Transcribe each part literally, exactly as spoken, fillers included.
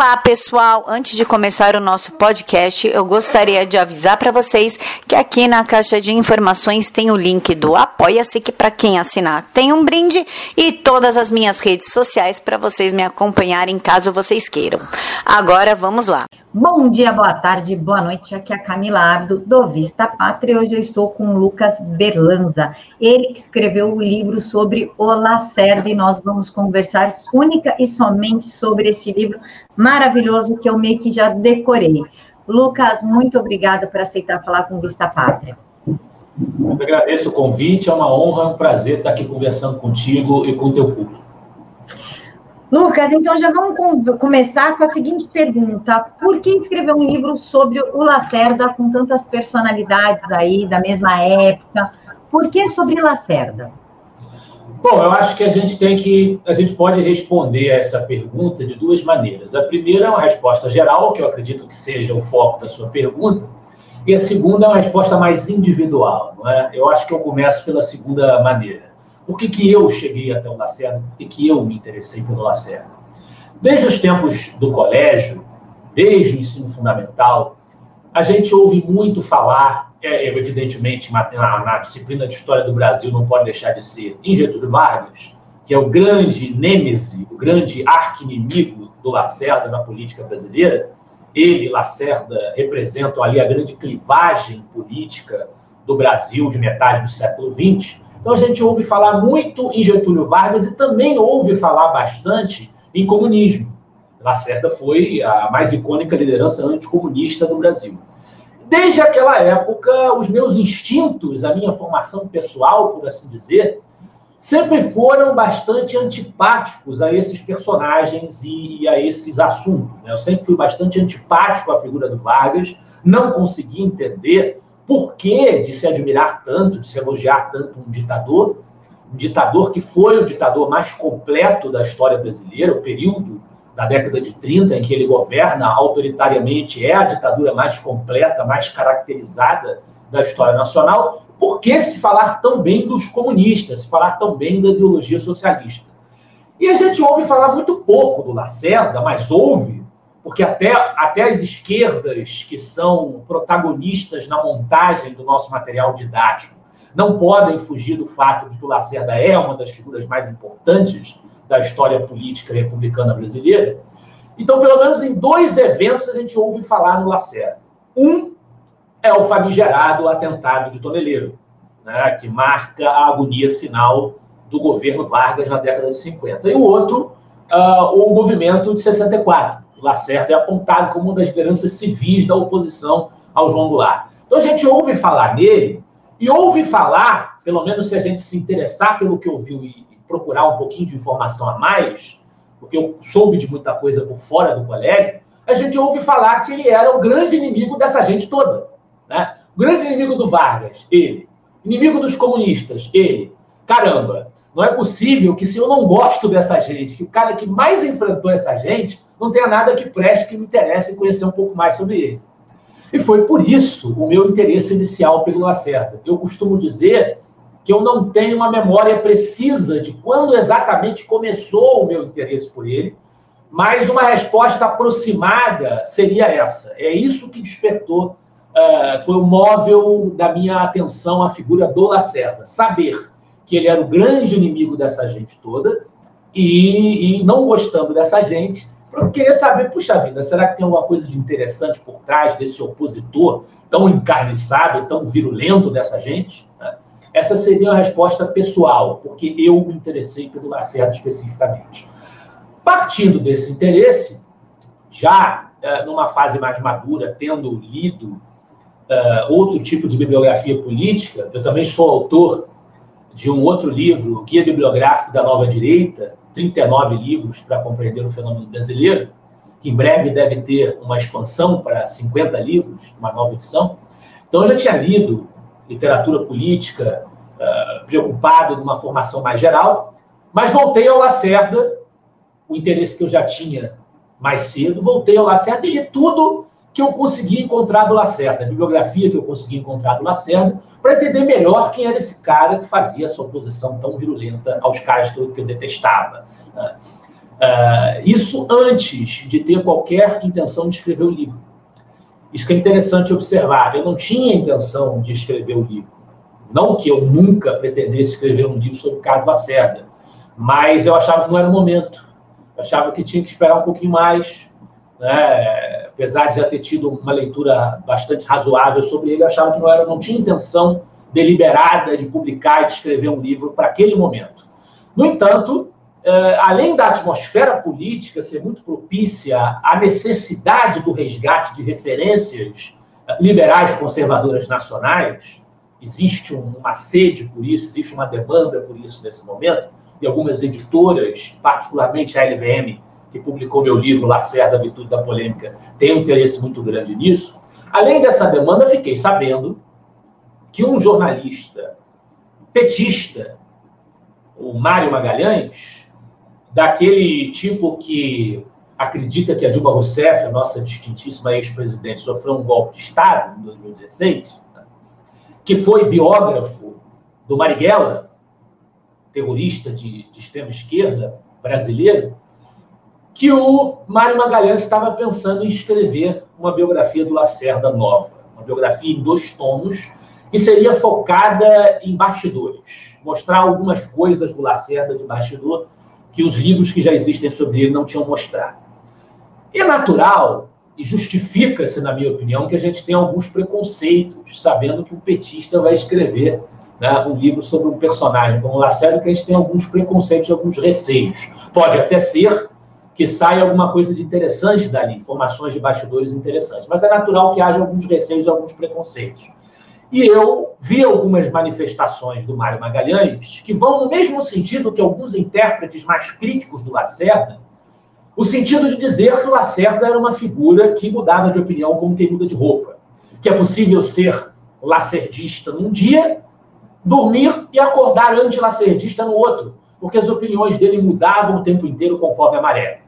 Olá, pessoal! Antes de começar o nosso podcast, eu gostaria de avisar para vocês que aqui na caixa de informações tem o link do Apoia-se, que para quem assinar tem um brinde, e todas as minhas redes sociais para vocês me acompanharem caso vocês queiram. Agora vamos lá. Bom dia, boa tarde, boa noite. Aqui é a Camila Abdo, do Vista Pátria. Hoje eu estou com o Lucas Berlanza. Ele escreveu o livro sobre o Lacerda e nós vamos conversar única e somente sobre esse livro maravilhoso que eu meio que já decorei. Lucas, muito obrigada por aceitar falar com o Vista Pátria. Eu agradeço o convite, é uma honra, é um prazer estar aqui conversando contigo e com o teu público. Lucas, então já vamos começar com a seguinte pergunta. Por que escrever um livro sobre o Lacerda com tantas personalidades aí da mesma época? Por que sobre Lacerda? Bom, eu acho que a gente tem que, a gente pode responder a essa pergunta de duas maneiras. A primeira é uma resposta geral, que eu acredito que seja o foco da sua pergunta, e a segunda é uma resposta mais individual, não é? Eu acho que eu começo pela segunda maneira. Por que que eu cheguei até o Lacerda? Por que que eu me interessei pelo Lacerda? Desde os tempos do colégio, desde o ensino fundamental, a gente ouve muito falar, é, evidentemente, na, na disciplina de História do Brasil não pode deixar de ser, em Getúlio Vargas, que é o grande nêmese, o grande arqui-inimigo do Lacerda na política brasileira. Ele, Lacerda, representam ali a grande clivagem política do Brasil de metade do século vinte. Então, a gente ouve falar muito em Getúlio Vargas e também ouve falar bastante em comunismo. Lacerda foi a mais icônica liderança anticomunista do Brasil. Desde aquela época, os meus instintos, a minha formação pessoal, por assim dizer, sempre foram bastante antipáticos a esses personagens e a esses assuntos. Eu sempre fui bastante antipático à figura do Vargas, não consegui entender por que de se admirar tanto, de se elogiar tanto um ditador, um ditador que foi o ditador mais completo da história brasileira, o período da década de trinta em que ele governa autoritariamente é a ditadura mais completa, mais caracterizada da história nacional. Por que se falar tão bem dos comunistas, se falar tão bem da ideologia socialista? E a gente ouve falar muito pouco do Lacerda, mas ouve, porque até, até as esquerdas, que são protagonistas na montagem do nosso material didático, não podem fugir do fato de que o Lacerda é uma das figuras mais importantes da história política republicana brasileira. Então, pelo menos em dois eventos a gente ouve falar no Lacerda. Um é o famigerado atentado de Toneleiro, né, que marca a agonia final do governo Vargas na década de cinquenta. E o outro, uh, o movimento de sessenta e quatro. O Lacerda é apontado como uma das lideranças civis da oposição ao João Goulart. Então a gente ouve falar nele, e ouve falar, pelo menos se a gente se interessar pelo que ouviu e procurar um pouquinho de informação a mais, porque eu soube de muita coisa por fora do colégio, a gente ouve falar que ele era o grande inimigo dessa gente toda, né? O grande inimigo do Vargas, ele. Inimigo dos comunistas, ele. Caramba, não é possível que, se eu não gosto dessa gente, que o cara que mais enfrentou essa gente não tenha nada que preste, que me interesse em conhecer um pouco mais sobre ele. E foi por isso o meu interesse inicial pelo Lacerda. Eu costumo dizer que eu não tenho uma memória precisa de quando exatamente começou o meu interesse por ele, mas uma resposta aproximada seria essa. É isso que despertou, uh, foi o móvel da minha atenção à figura do Lacerda. Saber que ele era o grande inimigo dessa gente toda e, e não gostando dessa gente, eu queria saber, puxa vida, será que tem alguma coisa de interessante por trás desse opositor tão encarniçado, tão virulento dessa gente? Essa seria a resposta pessoal, porque eu me interessei pelo Lacerda especificamente. Partindo desse interesse, já uh, numa fase mais madura, tendo lido uh, outro tipo de bibliografia política, eu também sou autor de um outro livro, Guia Bibliográfico da Nova Direita, trinta e nove livros para compreender o fenômeno brasileiro, que em breve deve ter uma expansão para cinquenta livros, uma nova edição. Então, eu já tinha lido literatura política, uh, preocupado numa formação mais geral, mas voltei ao Lacerda, o interesse que eu já tinha mais cedo, voltei ao Lacerda e li tudo que eu consegui encontrar do Lacerda, a bibliografia que eu consegui encontrar do Lacerda, para entender melhor quem era esse cara que fazia essa oposição tão virulenta aos caras que eu, que eu detestava. Né? Uh, isso antes de ter qualquer intenção de escrever o livro. Isso que é interessante observar. Eu não tinha intenção de escrever o livro. Não que eu nunca pretendesse escrever um livro sobre o caso Lacerda, mas eu achava que não era o momento. Eu achava que tinha que esperar um pouquinho mais, né? Apesar de já ter tido uma leitura bastante razoável sobre ele, eu achava que não, era, não tinha intenção deliberada de publicar e de escrever um livro para aquele momento. No entanto, eh, além da atmosfera política ser muito propícia à necessidade do resgate de referências liberais conservadoras nacionais, existe uma sede por isso, existe uma demanda por isso nesse momento, e algumas editoras, particularmente a L V M, que publicou meu livro Lacerda, a Virtude da Polêmica, tem um interesse muito grande nisso. Além dessa demanda, fiquei sabendo que um jornalista petista, o Mário Magalhães, daquele tipo que acredita que a Dilma Rousseff, a nossa distintíssima ex-presidente, sofreu um golpe de Estado em dois mil e dezesseis, que foi biógrafo do Marighella, terrorista de, de extrema-esquerda brasileiro, que o Mário Magalhães estava pensando em escrever uma biografia do Lacerda nova, uma biografia em dois tomos, que seria focada em bastidores, mostrar algumas coisas do Lacerda de bastidor que os livros que já existem sobre ele não tinham mostrado. É natural e justifica-se, na minha opinião, que a gente tem alguns preconceitos, sabendo que um petista vai escrever, né, um livro sobre um personagem como o Lacerda, que a gente tem alguns preconceitos, alguns receios. Pode até ser que saia alguma coisa de interessante dali, informações de bastidores interessantes, mas é natural que haja alguns receios e alguns preconceitos. E eu vi algumas manifestações do Mário Magalhães que vão no mesmo sentido que alguns intérpretes mais críticos do Lacerda, o sentido de dizer que o Lacerda era uma figura que mudava de opinião como quem muda de roupa, que é possível ser lacerdista num dia, dormir e acordar anti-lacerdista no outro, porque as opiniões dele mudavam o tempo inteiro conforme a maré.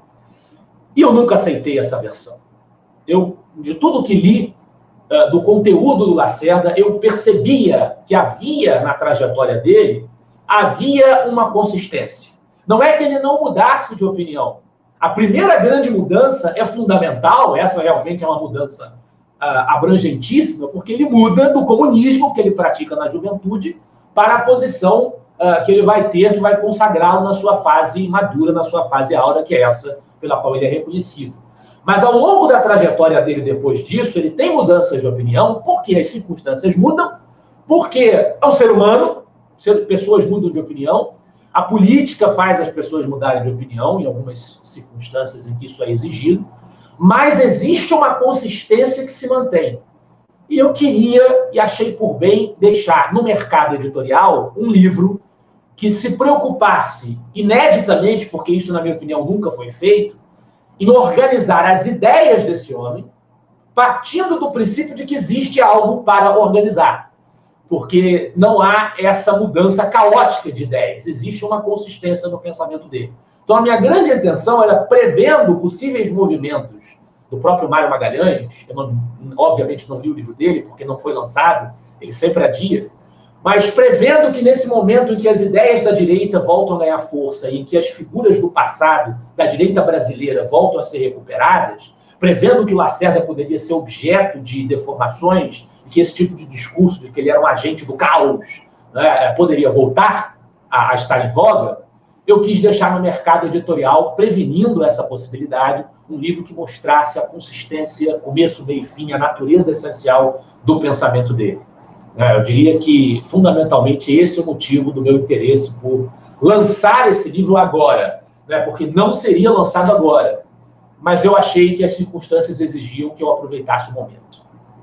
E eu nunca aceitei essa versão. Eu, de tudo que li uh, do conteúdo do Lacerda, eu percebia que havia na trajetória dele, havia uma consistência. Não é que ele não mudasse de opinião. A primeira grande mudança é fundamental, essa realmente é uma mudança uh, abrangentíssima, porque ele muda do comunismo que ele pratica na juventude para a posição uh, que ele vai ter, que vai consagrá-lo na sua fase madura, na sua fase áurea, que é essa pela qual ele é reconhecido. Mas ao longo da trajetória dele depois disso, ele tem mudanças de opinião, porque as circunstâncias mudam, porque é um ser humano, pessoas mudam de opinião, a política faz as pessoas mudarem de opinião, em algumas circunstâncias em que isso é exigido, mas existe uma consistência que se mantém. E eu queria, e achei por bem, deixar no mercado editorial um livro que se preocupasse, ineditamente, porque isso, na minha opinião, nunca foi feito, em organizar as ideias desse homem, partindo do princípio de que existe algo para organizar. Porque não há essa mudança caótica de ideias, existe uma consistência no pensamento dele. Então, a minha grande intenção era, prevendo possíveis movimentos do próprio Mário Magalhães, eu não, obviamente não li o livro dele, porque não foi lançado, ele sempre adia, mas prevendo que nesse momento em que as ideias da direita voltam a ganhar força e em que as figuras do passado da direita brasileira voltam a ser recuperadas, prevendo que o Lacerda poderia ser objeto de deformações, e que esse tipo de discurso de que ele era um agente do caos, né, poderia voltar a, a estar em voga, eu quis deixar no mercado editorial, prevenindo essa possibilidade, um livro que mostrasse a consistência, começo, meio e fim, a natureza essencial do pensamento dele. Eu diria que, fundamentalmente, esse é o motivo do meu interesse por lançar esse livro agora, né? Porque não seria lançado agora, mas eu achei que as circunstâncias exigiam que eu aproveitasse o momento.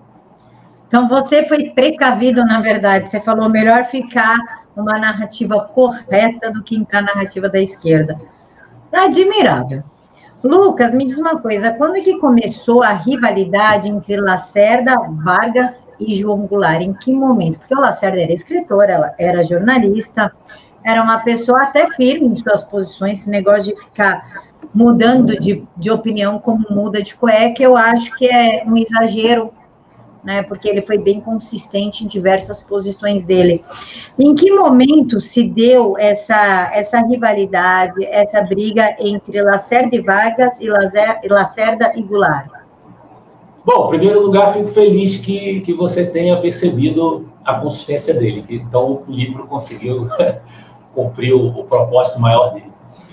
Então, você foi precavido, na verdade. Você falou, melhor ficar uma narrativa correta do que entrar na narrativa da esquerda. Admirável. Lucas, me diz uma coisa, quando é que começou a rivalidade entre Lacerda, Vargas e João Goulart? Em que momento? Porque o Lacerda era escritor, ela era jornalista, era uma pessoa até firme em suas posições, esse negócio de ficar mudando de, de opinião como muda de cueca, eu acho que é um exagero né, porque ele foi bem consistente em diversas posições dele. Em que momento se deu essa, essa rivalidade, essa briga entre Lacerda e Vargas e Lacerda e Goulart? Bom, em primeiro lugar, fico feliz que, que você tenha percebido a consistência dele, que, então o livro conseguiu cumprir o, o propósito maior dele.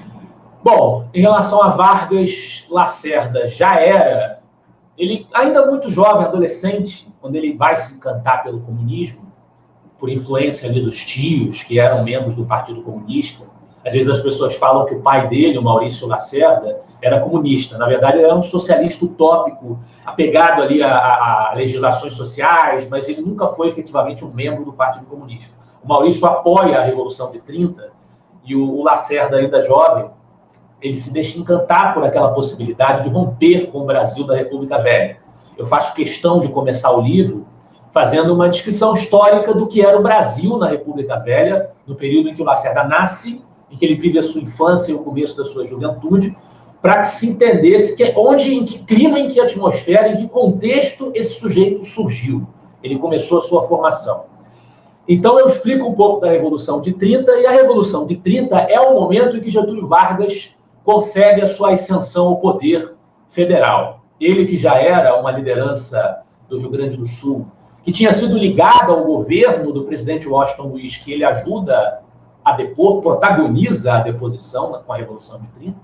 Bom, em relação a Vargas, Lacerda já era, ele ainda muito jovem, adolescente, quando ele vai se encantar pelo comunismo, por influência ali dos tios, que eram membros do Partido Comunista. Às vezes as pessoas falam que o pai dele, o Maurício Lacerda, era comunista. Na verdade, ele era um socialista utópico, apegado ali a, a, a legislações sociais, mas ele nunca foi efetivamente um membro do Partido Comunista. O Maurício apoia a Revolução de trinta e o, o Lacerda, ainda jovem, ele se deixa encantar por aquela possibilidade de romper com o Brasil da República Velha. Eu faço questão de começar o livro fazendo uma descrição histórica do que era o Brasil na República Velha, no período em que o Lacerda nasce, em que ele vive a sua infância e o começo da sua juventude, para que se entendesse que, onde, em que clima, em que atmosfera, em que contexto esse sujeito surgiu. Ele começou a sua formação. Então, eu explico um pouco da Revolução de trinta, e a Revolução de trinta é o momento em que Getúlio Vargas consegue a sua ascensão ao poder federal. Ele que já era uma liderança do Rio Grande do Sul, que tinha sido ligado ao governo do presidente Washington Luiz, que ele ajuda a depor, protagoniza a deposição com a Revolução de trinta.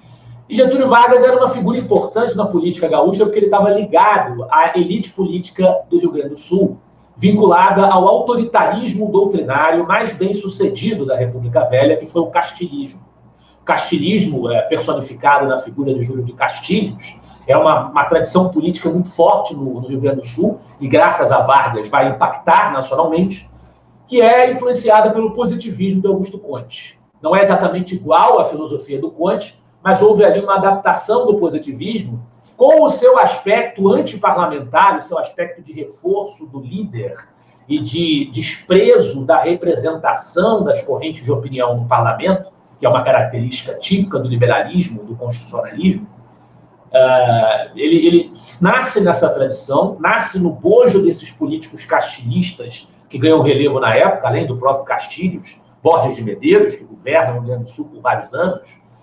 E Getúlio Vargas era uma figura importante na política gaúcha, porque ele estava ligado à elite política do Rio Grande do Sul, vinculada ao autoritarismo doutrinário mais bem-sucedido da República Velha, que foi o castilhismo. O castilhismo, é, personificado na figura de Júlio de Castilhos, é uma, uma tradição política muito forte no, no Rio Grande do Sul, e graças a Vargas vai impactar nacionalmente, que é influenciada pelo positivismo de Augusto Conte. Não é exatamente igual à filosofia do Conte, mas houve ali uma adaptação do positivismo com o seu aspecto antiparlamentar, o seu aspecto de reforço do líder e de desprezo da representação das correntes de opinião no parlamento, que é uma característica típica do liberalismo, do constitucionalismo. Uh, ele, ele nasce nessa tradição, nasce no bojo desses políticos castilhistas que ganham relevo na época, além do próprio Castilhos, Borges de Medeiros, que governa o Rio Grande do Sul por vários anos,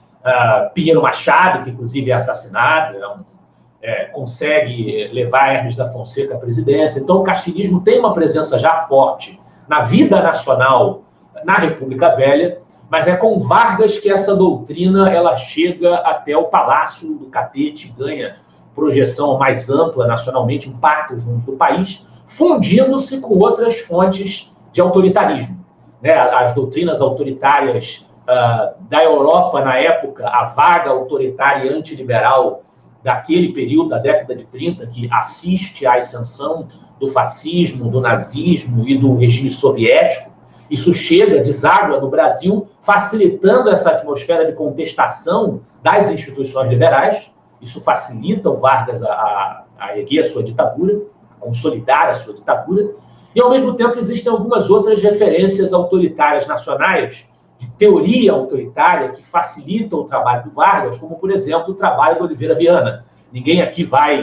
uh, Pinheiro Machado, que inclusive é assassinado, é um, é, consegue levar Hermes da Fonseca à presidência. Então o castilhismo tem uma presença já forte na vida nacional na República Velha, mas é com Vargas que essa doutrina ela chega até o Palácio do Catete, ganha projeção mais ampla nacionalmente, impacta os rumos do país, fundindo-se com outras fontes de autoritarismo. Né? As doutrinas autoritárias uh, da Europa na época, a vaga autoritária e antiliberal daquele período, da década de trinta, que assiste à ascensão do fascismo, do nazismo e do regime soviético, isso chega, deságua no Brasil, facilitando essa atmosfera de contestação das instituições liberais. Isso facilita o Vargas a, a, a erguer a sua ditadura, a consolidar a sua ditadura. E, ao mesmo tempo, existem algumas outras referências autoritárias nacionais, de teoria autoritária, que facilitam o trabalho do Vargas, como, por exemplo, o trabalho do Oliveira Viana. Ninguém aqui vai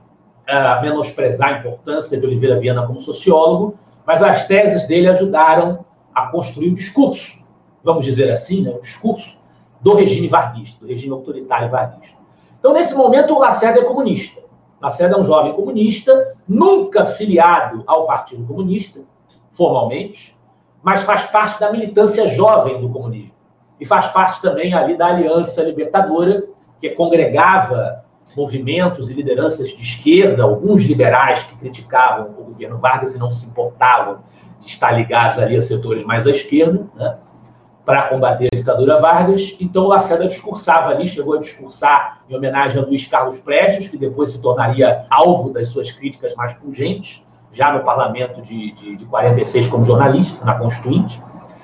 uh, menosprezar a importância de Oliveira Viana como sociólogo, mas as teses dele ajudaram a construir o discurso, vamos dizer assim, né, o discurso do regime varguista, do regime autoritário varguista. Então, nesse momento, o Lacerda é comunista. Lacerda é um jovem comunista, nunca filiado ao Partido Comunista, formalmente, mas faz parte da militância jovem do comunismo. E faz parte também ali da Aliança Libertadora, que congregava movimentos e lideranças de esquerda, alguns liberais que criticavam o governo Vargas e não se importavam de estar ligados ali a setores mais à esquerda, né, para combater a ditadura Vargas. Então, o Lacerda discursava ali, chegou a discursar em homenagem a Luiz Carlos Prestes, que depois se tornaria alvo das suas críticas mais pungentes, já no parlamento de, de, de quarenta e seis como jornalista, na Constituinte.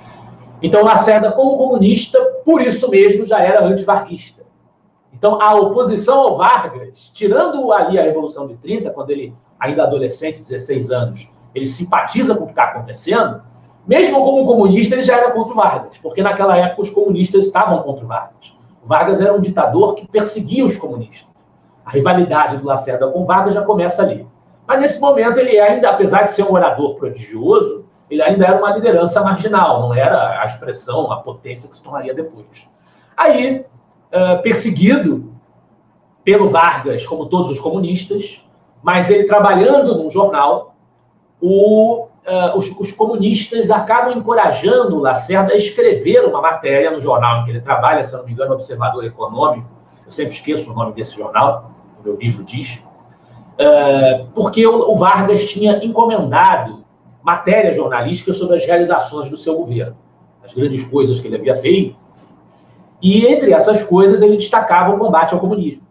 Então, Lacerda, como comunista, por isso mesmo, já era antivarguista. Então, a oposição ao Vargas, tirando ali a Revolução de trinta, quando ele, ainda adolescente, dezesseis anos, ele simpatiza com o que está acontecendo, mesmo como comunista, ele já era contra o Vargas, porque naquela época os comunistas estavam contra o Vargas. O Vargas era um ditador que perseguia os comunistas. A rivalidade do Lacerda com o Vargas já começa ali. Mas nesse momento ele ainda, apesar de ser um orador prodigioso, ele ainda era uma liderança marginal, não era a expressão, a potência que se tornaria depois. Aí, uh, perseguido pelo Vargas, como todos os comunistas, mas ele trabalhando num jornal, o, uh, os, os comunistas acabam encorajando o Lacerda a escrever uma matéria no jornal em que ele trabalha, se não me engano, Observador Econômico, eu sempre esqueço o nome desse jornal, o meu livro diz, uh, porque o, o Vargas tinha encomendado matéria jornalística sobre as realizações do seu governo, as grandes coisas que ele havia feito, e entre essas coisas ele destacava o combate ao comunismo.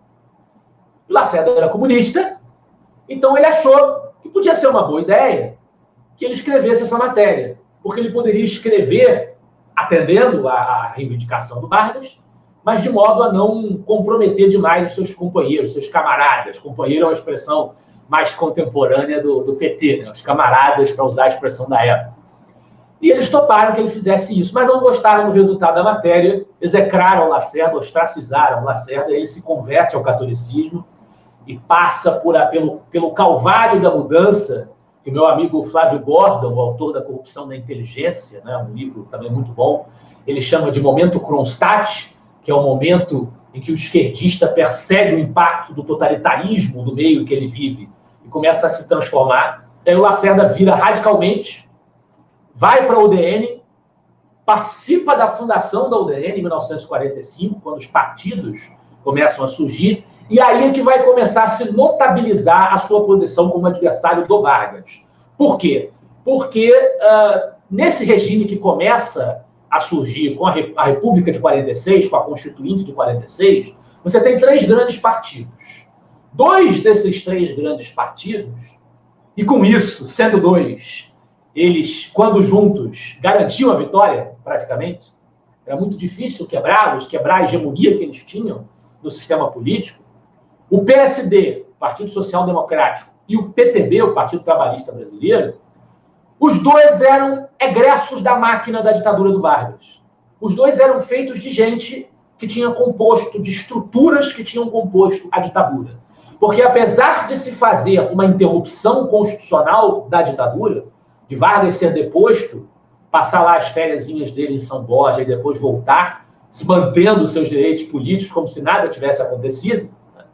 O Lacerda era comunista, então ele achou que podia ser uma boa ideia que ele escrevesse essa matéria, porque ele poderia escrever atendendo à reivindicação do Vargas, mas de modo a não comprometer demais os seus companheiros, seus camaradas. Companheiro é uma expressão mais contemporânea do, do P T, né? Os camaradas, para usar a expressão da época. E eles toparam que ele fizesse isso, mas não gostaram do resultado da matéria, execraram Lacerda, ostracizaram Lacerda, ele se converte ao catolicismo e passa por a, pelo, pelo calvário da mudança, que o meu amigo Flávio Gordon, o autor da Corrupção da Inteligência, né, um livro também muito bom, ele chama de momento Kronstadt, que é o momento em que o esquerdista percebe o impacto do totalitarismo do meio que ele vive e começa a se transformar. Aí o Lacerda vira radicalmente, vai para a U D N, participa da fundação da U D N em mil novecentos e quarenta e cinco, quando os partidos começam a surgir, e aí é que vai começar a se notabilizar a sua posição como adversário do Vargas. Por quê? Porque uh, nesse regime que começa a surgir com a, Re- a República de quarenta e seis, com a Constituinte de quarenta e seis, você tem três grandes partidos. Dois desses três grandes partidos, e com isso, sendo dois, eles, quando juntos, garantiam a vitória, praticamente, era muito difícil quebrá-los, quebrar a hegemonia que eles tinham no sistema político. O P S D, Partido Social Democrático, e o P T B, o Partido Trabalhista Brasileiro, os dois eram egressos da máquina da ditadura do Vargas. Os dois eram feitos de gente que tinha composto, de estruturas que tinham composto a ditadura. Porque apesar de se fazer uma interrupção constitucional da ditadura, de Vargas ser deposto, passar lá as fériasinhas dele em São Borja e depois voltar, se mantendo os seus direitos políticos como se nada tivesse acontecido,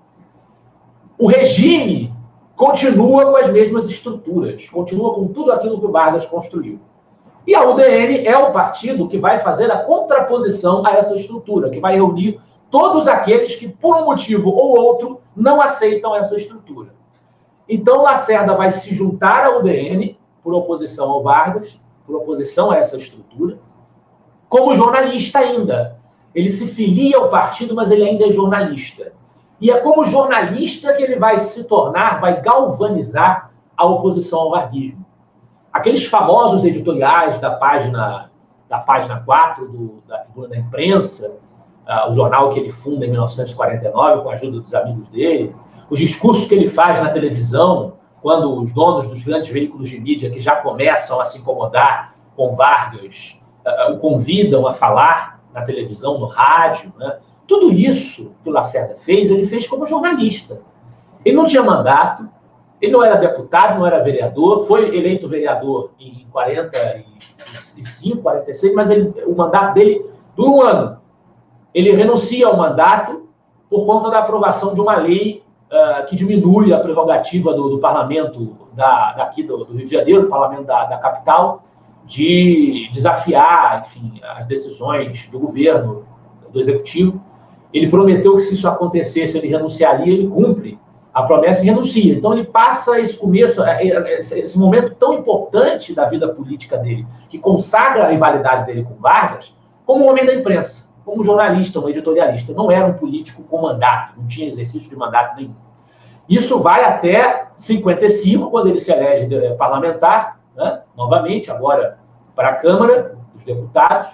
o regime continua com as mesmas estruturas, continua com tudo aquilo que o Vargas construiu. E a U D N é o partido que vai fazer a contraposição a essa estrutura, que vai reunir todos aqueles que, por um motivo ou outro, não aceitam essa estrutura. Então, Lacerda vai se juntar à U D N, por oposição ao Vargas, por oposição a essa estrutura, como jornalista ainda. Ele se filia ao partido, mas ele ainda é jornalista. E é como jornalista que ele vai se tornar, vai galvanizar a oposição ao varguismo. Aqueles famosos editoriais da página, da página quatro do, da Tribuna da Imprensa, uh, o jornal que ele funda em mil novecentos e quarenta e nove, com a ajuda dos amigos dele, os discursos que ele faz na televisão, quando os donos dos grandes veículos de mídia, que já começam a se incomodar com Vargas, uh, o convidam a falar na televisão, no rádio, né? Tudo isso que o Lacerda fez, ele fez como jornalista. Ele não tinha mandato, ele não era deputado, não era vereador, foi eleito vereador em quarenta e cinco, quarenta e seis, mas ele, o mandato dele dura um ano. Ele renuncia ao mandato por conta da aprovação de uma lei uh, que diminui a prerrogativa do, do parlamento da, daqui do, do Rio de Janeiro, do parlamento da, da capital, de desafiar, enfim, as decisões do governo, do executivo. Ele prometeu que se isso acontecesse, ele renunciaria, ele cumpre a promessa e renuncia. Então ele passa esse começo, esse momento tão importante da vida política dele, que consagra a rivalidade dele com Vargas, como um homem da imprensa, como um jornalista, um editorialista. Não era um político com mandato, não tinha exercício de mandato nenhum. Isso vai até cinquenta e cinco, quando ele se elege parlamentar, né, novamente, agora para a Câmara dos Deputados,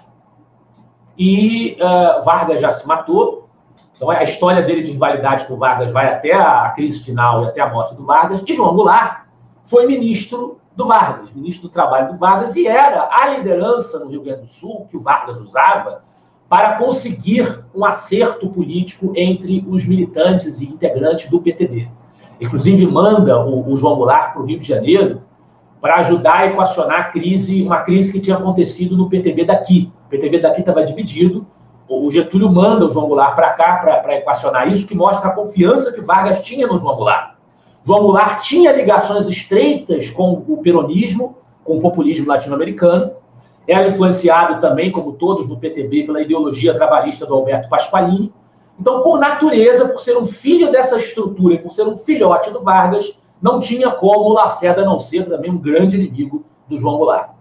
e uh, Vargas já se matou. Então, a história dele de rivalidade com Vargas vai até a crise final e até a morte do Vargas. E João Goulart foi ministro do Vargas, ministro do Trabalho do Vargas, e era a liderança no Rio Grande do Sul que o Vargas usava para conseguir um acerto político entre os militantes e integrantes do P T B. inclusive manda o, o João Goulart para o Rio de Janeiro para ajudar a equacionar a crise, uma crise que tinha acontecido no P T B daqui. O P T B daqui estava dividido, o Getúlio manda o João Goulart para cá para equacionar isso, que mostra a confiança que Vargas tinha no João Goulart. João Goulart tinha ligações estreitas com o peronismo, com o populismo latino-americano, era influenciado também, como todos no P T B, pela ideologia trabalhista do Alberto Pasqualini. Então, por natureza, por ser um filho dessa estrutura e por ser um filhote do Vargas, não tinha como o Lacerda não ser também um grande inimigo do João Goulart.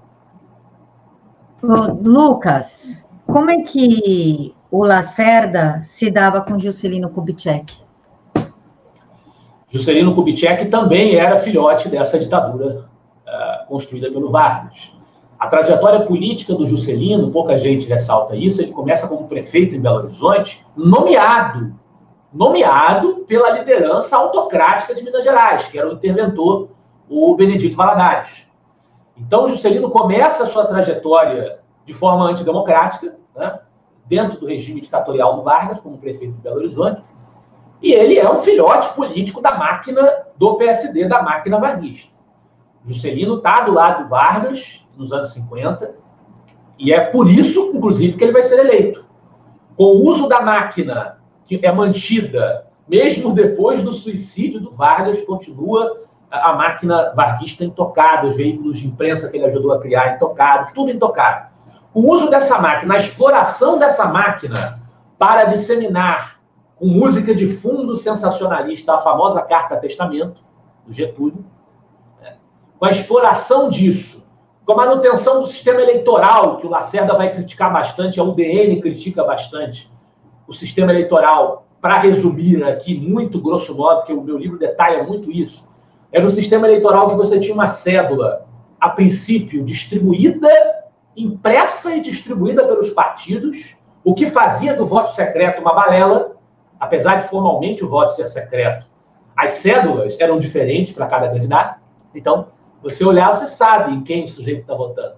Ô, Lucas, como é que o Lacerda se dava com Juscelino Kubitschek? Juscelino Kubitschek também era filhote dessa ditadura uh, construída pelo Vargas. A trajetória política do Juscelino, pouca gente ressalta isso, ele começa como prefeito em Belo Horizonte, nomeado, nomeado pela liderança autocrática de Minas Gerais, que era o interventor, o Benedito Valadares. Então, Juscelino começa a sua trajetória de forma antidemocrática, né, dentro do regime ditatorial do Vargas, como prefeito de Belo Horizonte, e ele é um filhote político da máquina do P S D, da máquina varguista. Juscelino está do lado do Vargas, nos anos cinquenta, e é por isso, inclusive, que ele vai ser eleito. Com o uso da máquina, que é mantida, mesmo depois do suicídio do Vargas, continua a máquina varguista intocada, os veículos de imprensa que ele ajudou a criar intocados, tudo intocado. O uso dessa máquina, a exploração dessa máquina para disseminar com música de fundo sensacionalista a famosa Carta Testamento, do Getúlio, né? Com a exploração disso, com a manutenção do sistema eleitoral, que o Lacerda vai criticar bastante, a U D N critica bastante, o sistema eleitoral, para resumir aqui, muito grosso modo, porque o meu livro detalha muito isso, era um sistema eleitoral que você tinha uma cédula, a princípio, distribuída, impressa e distribuída pelos partidos, o que fazia do voto secreto uma balela, apesar de formalmente o voto ser secreto. As cédulas eram diferentes para cada candidato, então, você olhar, você sabe em quem o sujeito está votando.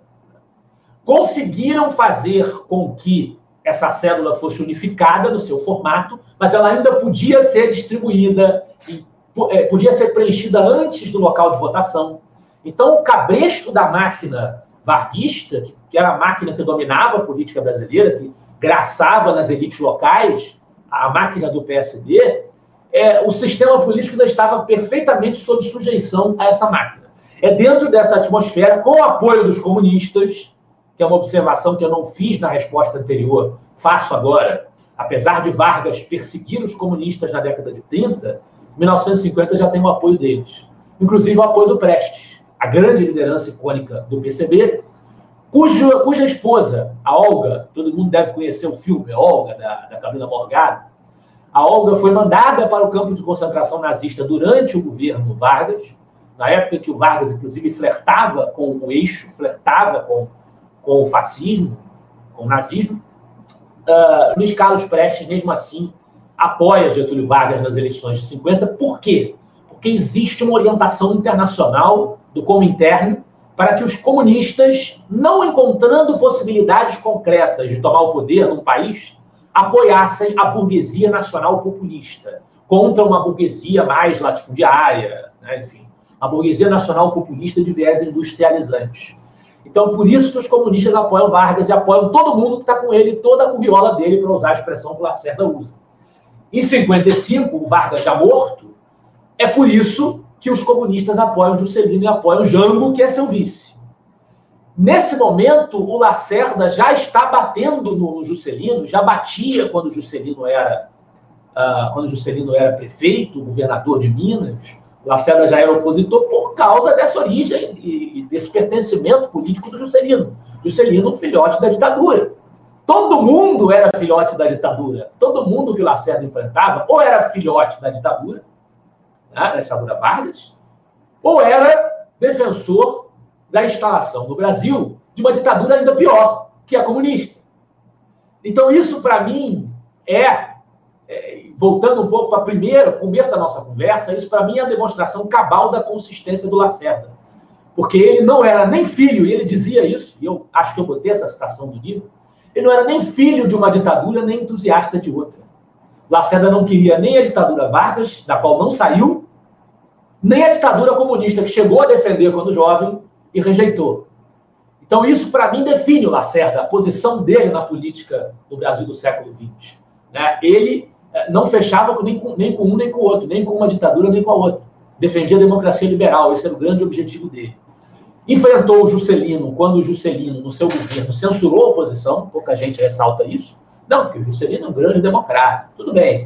Conseguiram fazer com que essa cédula fosse unificada no seu formato, mas ela ainda podia ser distribuída, e, é, podia ser preenchida antes do local de votação. Então, o cabresto da máquina varguista, que era a máquina que dominava a política brasileira, que graçava nas elites locais, a máquina do P S D, é, o sistema político ainda estava perfeitamente sob sujeição a essa máquina. É dentro dessa atmosfera, com o apoio dos comunistas, que é uma observação que eu não fiz na resposta anterior, faço agora, apesar de Vargas perseguir os comunistas na década de trinta, em mil novecentos e cinquenta já tem o apoio deles. Inclusive o apoio do Prestes, a grande liderança icônica do P C B, cuja, cuja esposa, a Olga, todo mundo deve conhecer o filme, Olga, da, da Camila Morgado, a Olga foi mandada para o campo de concentração nazista durante o governo Vargas, na época que o Vargas, inclusive, flertava com o eixo, flertava com, com o fascismo, com o nazismo. Uh, Luiz Carlos Prestes, mesmo assim, apoia Getúlio Vargas nas eleições de cinquenta. Por quê? Porque existe uma orientação internacional do Comintern para que os comunistas, não encontrando possibilidades concretas de tomar o poder num país, apoiassem a burguesia nacional populista contra uma burguesia mais latifundiária, né? Enfim, a burguesia nacional populista de viés industrializante. Então, por isso que os comunistas apoiam Vargas e apoiam todo mundo que está com ele, toda a curriola dele, para usar a expressão que o Lacerda usa. Em cinquenta e cinco, o Vargas já morto, é por isso que os comunistas apoiam Juscelino e apoiam Jango, que é seu vice. Nesse momento, o Lacerda já está batendo no Juscelino, já batia quando Juscelino era, uh, quando Juscelino era prefeito, governador de Minas. O Lacerda já era opositor por causa dessa origem e desse pertencimento político do Juscelino. Juscelino, filhote da ditadura. Todo mundo era filhote da ditadura. Todo mundo que o Lacerda enfrentava ou era filhote da ditadura, né, da ditadura Vargas, ou era defensor da instalação no Brasil de uma ditadura ainda pior, que é a comunista. Então, isso, para mim, é... É, voltando um pouco para o primeiro, começo da nossa conversa, isso para mim é a demonstração cabal da consistência do Lacerda. Porque ele não era nem filho, e ele dizia isso, e eu acho que eu botei essa citação do livro, ele não era nem filho de uma ditadura, nem entusiasta de outra. Lacerda não queria nem a ditadura Vargas, da qual não saiu, nem a ditadura comunista, que chegou a defender quando jovem e rejeitou. Então, isso, para mim, define o Lacerda, a posição dele na política do Brasil do século vinte. Né? Ele não fechava nem com, nem com um nem com o outro, nem com uma ditadura nem com a outra. Defendia a democracia liberal, esse era o grande objetivo dele. Enfrentou o Juscelino, quando o Juscelino, no seu governo, censurou a oposição, pouca gente ressalta isso. Não, porque o Juscelino é um grande democrata, tudo bem.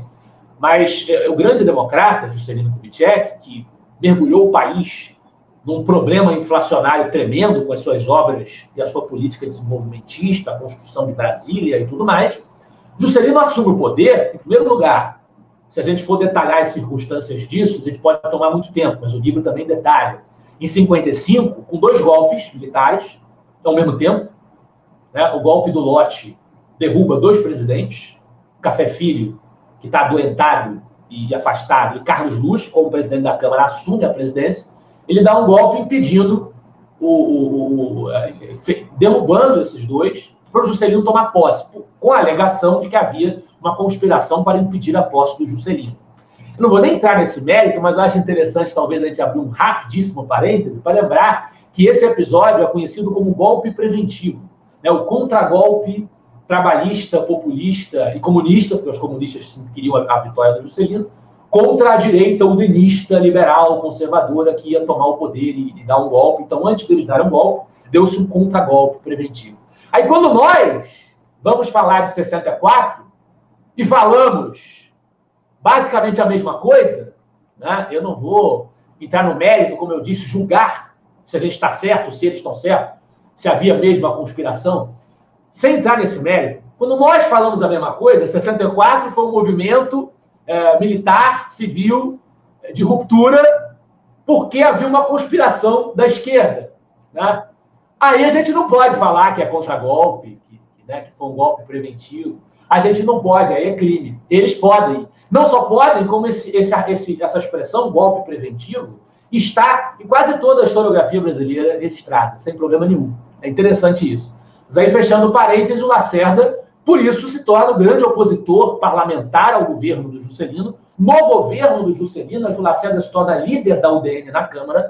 Mas é, o grande democrata, Juscelino Kubitschek, que mergulhou o país num problema inflacionário tremendo com as suas obras e a sua política desenvolvimentista, a construção de Brasília e tudo mais, Juscelino assume o poder, em primeiro lugar. Se a gente for detalhar as circunstâncias disso, a gente pode tomar muito tempo, mas o livro também detalha. Em cinquenta e cinco, com dois golpes militares, ao mesmo tempo, né, o golpe do Lott derruba dois presidentes, Café Filho, que está adoentado e afastado, e Carlos Luz, como presidente da Câmara, assume a presidência, ele dá um golpe impedindo, o, o, o, derrubando esses dois, para o Juscelino tomar posse, com a alegação de que havia uma conspiração para impedir a posse do Juscelino. Eu não vou nem entrar nesse mérito, mas eu acho interessante talvez a gente abrir um rapidíssimo parêntese para lembrar que esse episódio é conhecido como golpe preventivo, né? O contragolpe trabalhista, populista e comunista, porque os comunistas queriam a vitória do Juscelino, contra a direita udinista, liberal, conservadora, que ia tomar o poder e, e dar um golpe. Então, antes deles darem um golpe, deu-se um contragolpe preventivo. Aí, quando nós vamos falar de sessenta e quatro e falamos basicamente a mesma coisa, né? Eu não vou entrar no mérito, como eu disse, julgar se a gente está certo, se eles estão certos, se havia mesmo a conspiração. Sem entrar nesse mérito, quando nós falamos a mesma coisa, sessenta e quatro foi um movimento é, militar, civil, de ruptura, porque havia uma conspiração da esquerda. Né? Aí a gente não pode falar que é contragolpe, que, que, né, que foi um golpe preventivo. A gente não pode, aí é crime. Eles podem. Não só podem, como esse, esse, esse, essa expressão, golpe preventivo, está em quase toda a historiografia brasileira registrada, sem problema nenhum. É interessante isso. Mas aí, fechando parênteses, o Lacerda, por isso, se torna o grande opositor parlamentar ao governo do Juscelino. No governo do Juscelino, é que o Lacerda se torna líder da U D N na Câmara,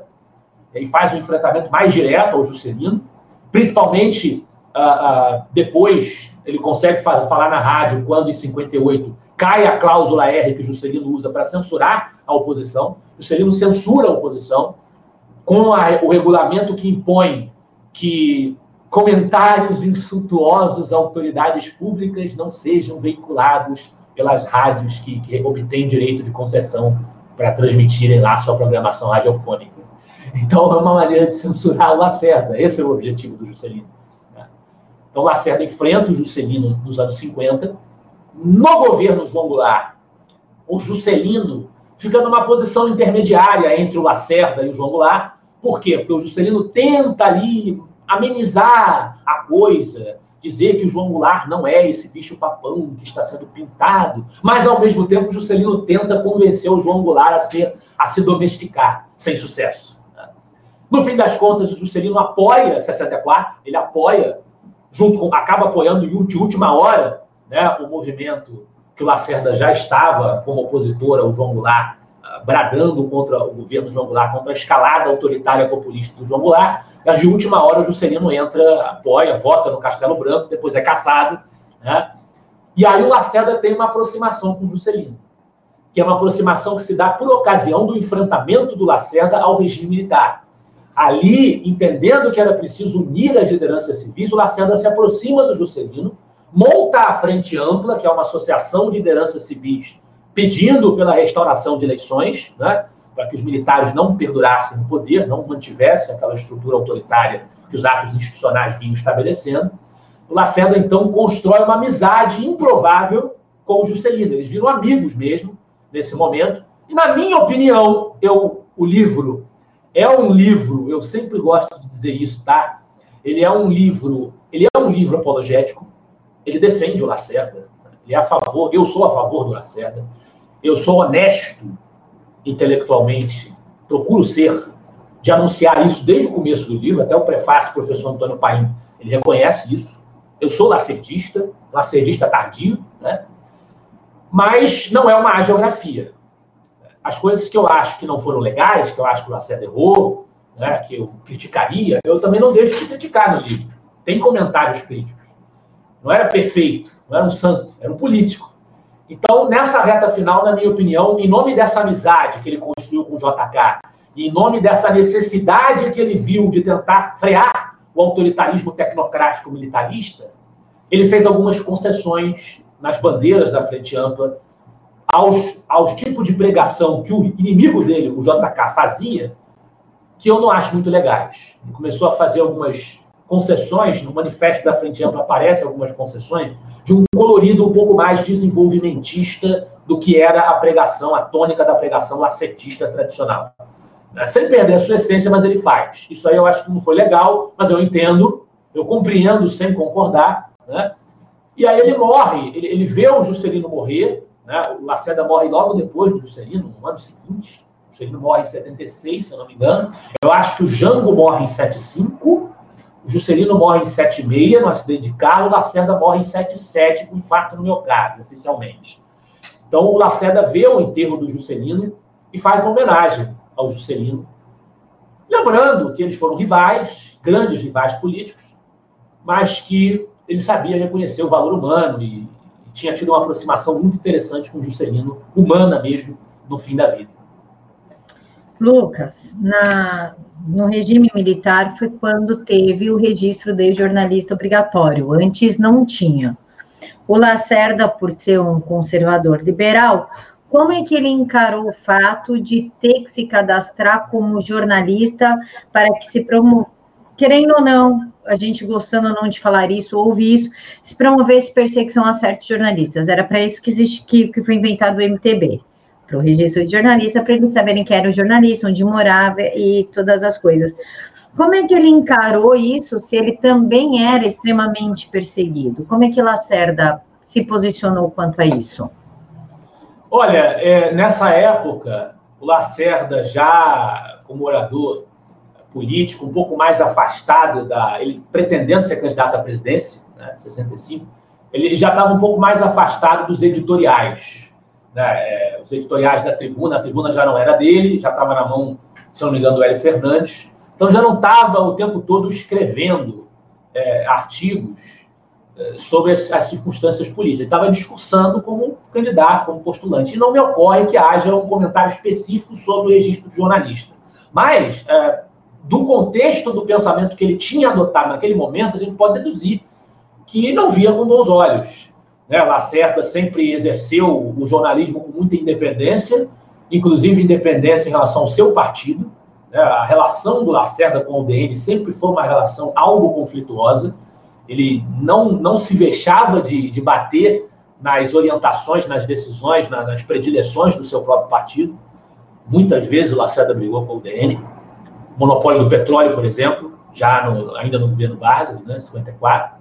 e faz um enfrentamento mais direto ao Juscelino, principalmente uh, uh, depois ele consegue fazer, falar na rádio quando, em cinquenta e oito, cai a cláusula R que o Juscelino usa para censurar a oposição. O Juscelino censura a oposição com a, o regulamento que impõe que comentários insultuosos a autoridades públicas não sejam veiculados pelas rádios que, que obtêm direito de concessão para transmitirem lá sua programação radiofônica. Então, é uma maneira de censurar o Lacerda. Esse é o objetivo do Juscelino. Então, o Lacerda enfrenta o Juscelino nos anos cinquenta. No governo João Goulart, o Juscelino fica numa posição intermediária entre o Lacerda e o João Goulart. Por quê? Porque o Juscelino tenta ali amenizar a coisa, dizer que o João Goulart não é esse bicho-papão que está sendo pintado, mas, ao mesmo tempo, o Juscelino tenta convencer o João Goulart a, ser, a se domesticar, sem sucesso. No fim das contas, o Juscelino apoia sessenta e quatro, ele apoia, junto com, acaba apoiando de última hora, né, o movimento que o Lacerda já estava como opositor ao João Goulart, bradando contra o governo João Goulart, contra a escalada autoritária populista do João Goulart. Mas de última hora o Juscelino entra, apoia, vota no Castelo Branco, depois é cassado, né? E aí o Lacerda tem uma aproximação com o Juscelino, que é uma aproximação que se dá por ocasião do enfrentamento do Lacerda ao regime militar. Ali, entendendo que era preciso unir as lideranças civis, o Lacerda se aproxima do Juscelino, monta a Frente Ampla, que é uma associação de lideranças civis, pedindo pela restauração de eleições, né, para que os militares não perdurassem no poder, não mantivessem aquela estrutura autoritária que os atos institucionais vinham estabelecendo. O Lacerda, então, constrói uma amizade improvável com o Juscelino. Eles viram amigos mesmo, nesse momento. E, na minha opinião, eu, o livro é um livro, eu sempre gosto de dizer isso, tá? Ele é um livro, ele é um livro apologético, ele defende o Lacerda, ele é a favor, eu sou a favor do Lacerda, eu sou honesto intelectualmente, procuro ser, de anunciar isso desde o começo do livro, até o prefácio do professor Antônio Paim, ele reconhece isso. Eu sou lacerdista, lacerdista tardio, né? Mas não é uma hagiografia. as coisas que eu acho que não foram legais, que eu acho que o Lacerda errou, né, que eu criticaria, eu também não deixo de criticar no livro. Tem comentários críticos. Não era perfeito, não era um santo, era um político. Então, nessa reta final, na minha opinião, em nome dessa amizade que ele construiu com o J K, e em nome dessa necessidade que ele viu de tentar frear o autoritarismo tecnocrático militarista, ele fez algumas concessões nas bandeiras da Frente Ampla aos, aos tipos de pregação que o inimigo dele, o J K, fazia, que eu não acho muito legais. Ele começou a fazer algumas concessões, no manifesto da Frente Ampla aparecem algumas concessões, de um colorido um pouco mais desenvolvimentista do que era a pregação, a tônica da pregação lacetista tradicional. Sem perder a sua essência, mas ele faz. Isso aí eu acho que não foi legal, mas eu entendo, eu compreendo sem concordar, né? E aí ele morre, ele, ele vê o Juscelino morrer, né? O Lacerda morre logo depois do Juscelino, no ano seguinte. O Juscelino morre em setenta e seis, se eu não me engano. Eu acho que o Jango morre em setenta e cinco, o Juscelino morre em setenta e seis, no acidente de carro, o Lacerda morre em setenta e sete, com infarto no miocárdio, oficialmente. Então o Lacerda vê o enterro do Juscelino e faz uma homenagem ao Juscelino, lembrando que eles foram rivais, grandes rivais políticos, mas que ele sabia reconhecer o valor humano e, e tinha tido uma aproximação muito interessante com o Juscelino, humana mesmo, no fim da vida. Lucas, na, no regime militar foi quando teve o registro de jornalista obrigatório, antes não tinha. O Lacerda, por ser um conservador liberal, como é que ele encarou o fato de ter que se cadastrar como jornalista para que se promova, querendo ou não, a gente gostando ou não de falar isso, ouve isso, se promovesse perseguição a certos jornalistas? Era para isso que, existe, que, que foi inventado o M T B, para o registro de jornalista, para eles saberem que era o jornalista, onde morava e todas as coisas. Como é que ele encarou isso, se ele também era extremamente perseguido? Como é que Lacerda se posicionou quanto a isso? Olha, é, nessa época, o Lacerda, já como orador político, um pouco mais afastado, da, ele pretendendo ser candidato à presidência, né, em sessenta e cinco, ele já estava um pouco mais afastado dos editoriais. Né, é, os editoriais da Tribuna, a Tribuna já não era dele, já estava na mão, se não me engano, do Hélio Fernandes. Então já não estava o tempo todo escrevendo é, artigos sobre as, as circunstâncias políticas. Ele estava discursando como candidato, como postulante. E não me ocorre que haja um comentário específico sobre o registro de jornalista. Mas, é, do contexto do pensamento que ele tinha adotado naquele momento, a gente pode deduzir que não via com bons olhos. Né? Lacerda sempre exerceu o jornalismo com muita independência, inclusive independência em relação ao seu partido. Né? A relação do Lacerda com o U D N sempre foi uma relação algo conflituosa. Ele não, não se vexava de, de bater nas orientações, nas decisões, na, nas predileções do seu próprio partido. Muitas vezes o Lacerda brigou com o U D N. O monopólio do petróleo, por exemplo, já no, ainda no governo Vargas, né, cinquenta e quatro.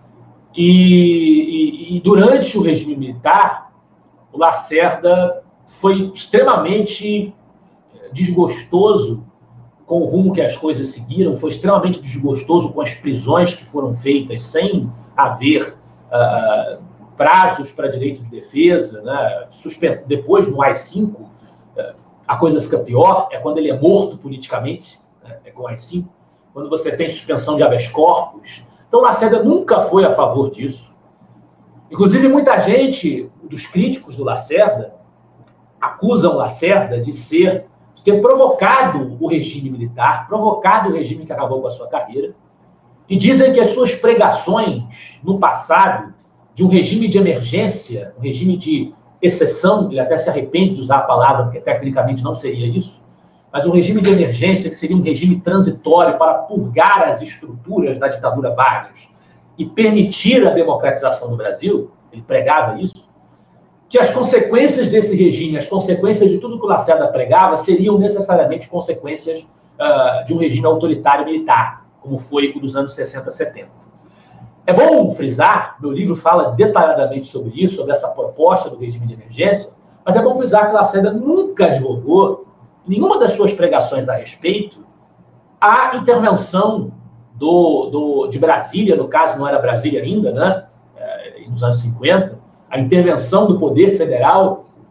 E, e, e durante o regime militar, o Lacerda foi extremamente desgostoso com o rumo que as coisas seguiram, foi extremamente desgostoso com as prisões que foram feitas sem haver uh, prazos para direito de defesa, né? Suspens... Depois, no A I cinco, uh, a coisa fica pior, é quando ele é morto politicamente, né? É com o A I cinco, quando você tem suspensão de habeas corpus. Então, Lacerda nunca foi a favor disso. Inclusive, muita gente, dos críticos do Lacerda, acusam Lacerda de ser ter provocado o regime militar, provocado o regime que acabou com a sua carreira, e dizem que as suas pregações no passado, de um regime de emergência, um regime de exceção, ele até se arrepende de usar a palavra, porque tecnicamente não seria isso, mas um regime de emergência que seria um regime transitório para purgar as estruturas da ditadura Vargas e permitir a democratização do Brasil, ele pregava isso, que as consequências desse regime, as consequências de tudo que o Lacerda pregava, seriam necessariamente consequências uh, de um regime autoritário militar, como foi o dos anos sessenta, setenta. É bom frisar, meu livro fala detalhadamente sobre isso, sobre essa proposta do regime de emergência, mas é bom frisar que Lacerda nunca advogou, em nenhuma das suas pregações a respeito, a intervenção do, do, de Brasília, no caso não era Brasília ainda, né, nos anos cinquenta, a intervenção do poder federal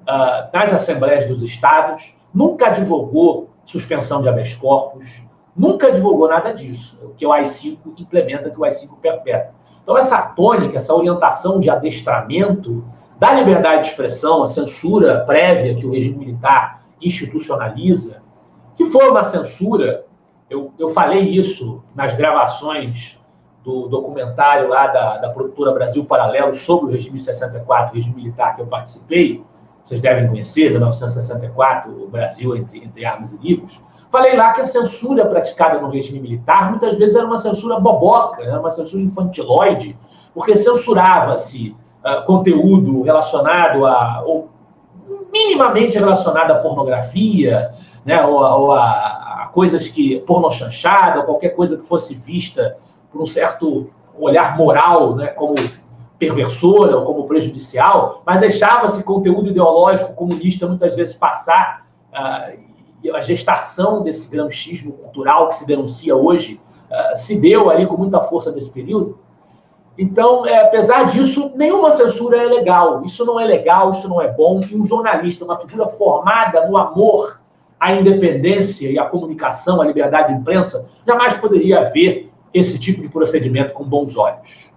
uh, nas assembleias dos estados, nunca advogou suspensão de habeas corpus, nunca advogou nada disso, o que o A I cinco implementa, que o A I cinco perpétua. Então, essa tônica, essa orientação de adestramento da liberdade de expressão, a censura prévia que o regime militar institucionaliza, que foi uma censura, eu, eu falei isso nas gravações do documentário lá da, da produtora Brasil Paralelo sobre o regime de sessenta e quatro, o regime militar que eu participei, vocês devem conhecer, mil novecentos e sessenta e quatro, o Brasil entre, entre armas e livros. Falei lá que a censura praticada no regime militar muitas vezes era uma censura boboca, era uma censura infantiloide, porque censurava-se uh, conteúdo relacionado a, ou minimamente relacionado à pornografia, né, ou, ou a, a coisas que, pornochanchada, ou qualquer coisa que fosse vista por um certo olhar moral, né, como perversora ou como prejudicial, mas deixava-se conteúdo ideológico comunista muitas vezes passar. Uh, a gestação desse gramscismo cultural que se denuncia hoje uh, se deu ali com muita força nesse período. Então, é, apesar disso, nenhuma censura é legal. Isso não é legal, isso não é bom. E um jornalista, uma figura formada no amor à independência e à comunicação, à liberdade de imprensa, jamais poderia ver esse tipo de procedimento com bons olhos.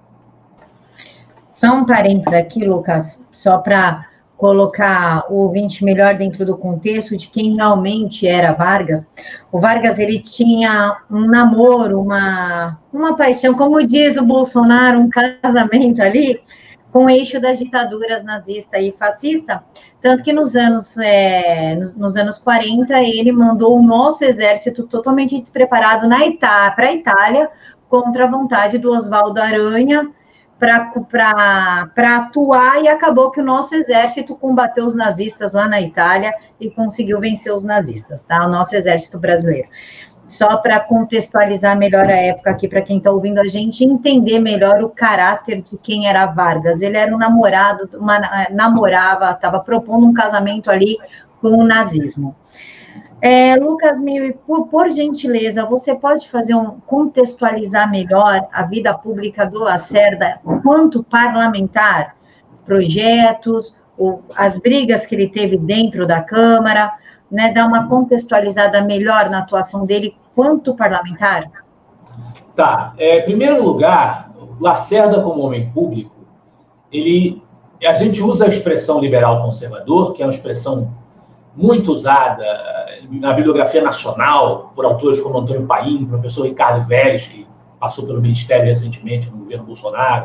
Só um parênteses aqui, Lucas, só para colocar o ouvinte melhor dentro do contexto de quem realmente era Vargas. O Vargas, ele tinha um namoro, uma, uma paixão, como diz o Bolsonaro, um casamento ali, com o eixo das ditaduras nazista e fascista, tanto que nos anos, é, nos, nos anos quarenta, ele mandou o nosso exército totalmente despreparado para a Itália, contra a vontade do Oswaldo Aranha, para atuar, e acabou que o nosso exército combateu os nazistas lá na Itália e conseguiu vencer os nazistas, tá? O nosso exército brasileiro. Só para contextualizar melhor a época aqui, para quem está ouvindo a gente, entender melhor o caráter de quem era Vargas. Ele era um namorado, uma, namorava, estava propondo um casamento ali com o nazismo. É, Lucas, por, por gentileza, você pode fazer um contextualizar melhor a vida pública do Lacerda quanto parlamentar, projetos, ou as brigas que ele teve dentro da Câmara, né, dar uma contextualizada melhor na atuação dele quanto parlamentar? Tá. É, em primeiro lugar, Lacerda como homem público, ele, a gente usa a expressão liberal conservador, que é uma expressão muito usada na bibliografia nacional por autores como Antônio Paim, professor Ricardo Vélez, que passou pelo Ministério recentemente no governo Bolsonaro,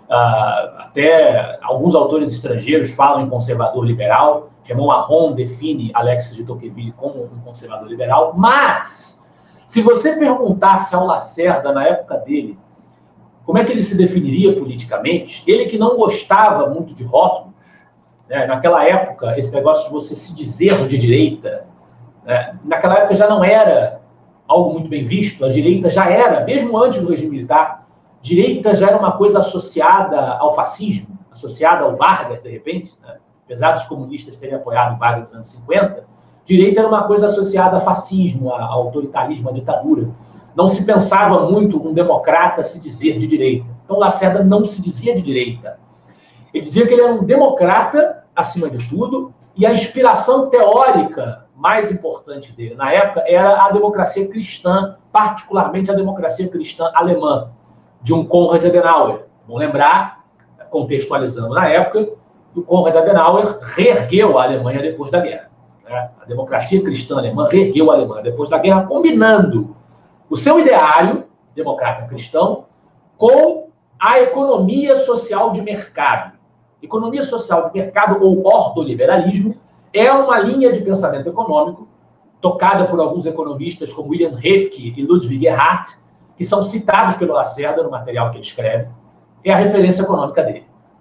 uh, até alguns autores estrangeiros falam em conservador liberal. Raymond Aron define Alexis de Tocqueville como um conservador liberal, mas se você perguntasse ao Lacerda, na época dele, como é que ele se definiria politicamente, ele que não gostava muito de rótulos, né, naquela época, esse negócio de você se dizer de direita, né, naquela época já não era algo muito bem visto, a direita já era, mesmo antes do regime militar, direita já era uma coisa associada ao fascismo, associada ao Vargas, de repente, né? Apesar dos comunistas terem apoiado Vargas nos anos cinquenta, direita era uma coisa associada a fascismo, a autoritarismo, a ditadura. Não se pensava muito um democrata se dizer de direita. Então, Lacerda não se dizia de direita. Ele dizia que ele era um democrata, acima de tudo, e a inspiração teórica mais importante dele, na época, era a democracia cristã, particularmente a democracia cristã alemã, de um Konrad Adenauer. Vamos lembrar, contextualizando na época, o Konrad Adenauer reergueu a Alemanha depois da guerra. Né? A democracia cristã alemã reergueu a Alemanha depois da guerra, combinando o seu ideário democrata cristão com a economia social de mercado. Economia social de mercado, ou ordoliberalismo, é uma linha de pensamento econômico tocada por alguns economistas como William Röpke e Ludwig Erhard, que são citados pelo Lacerda no material que ele escreve. É a referência econômica dele.